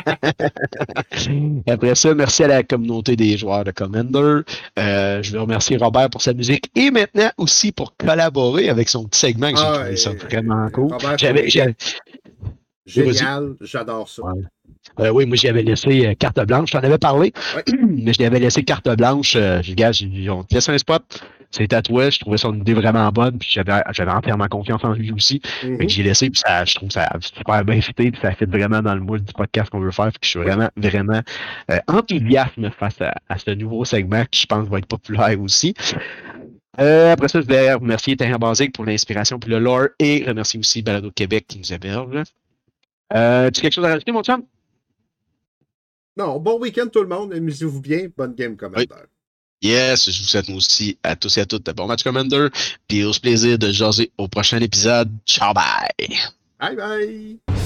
Après ça, merci à la communauté des joueurs de Commander. Euh, je veux remercier Robert pour sa musique et maintenant aussi pour collaborer avec son petit segment que j'ai Ah, trouvé ça euh, vraiment cool. Robert, J'avais, j'avais... génial, j'adore ça. Ouais. Euh, oui, moi, j'y avais laissé euh, carte blanche. Je t'en avais parlé, Ouais. mais je lui avais laissé carte blanche. Euh, je gars, on te laisse un spot. C'est tatoué. Je trouvais son idée vraiment bonne. Puis j'avais, j'avais entièrement confiance en lui aussi. Mm-hmm. Fait que j'ai laissé. Puis ça, je trouve que ça a super bien fité. Puis ça fait vraiment dans le moule du podcast qu'on veut faire. Fait que je suis vraiment, oui. vraiment euh, enthousiaste face à, à ce nouveau segment qui, je pense, va être populaire aussi. Euh, après ça, je vais remercier Terrain Basique pour l'inspiration puis le lore et remercier aussi Balado Québec qui nous héberge. Euh, tu as quelque chose à rajouter, mon chum? Non, bon week-end tout le monde, amusez-vous bien, bonne game Commander. Oui. Yes, je vous souhaite aussi à tous et à toutes de bon match Commander, puis au plaisir de jaser au prochain épisode. Ciao, bye! Bye bye!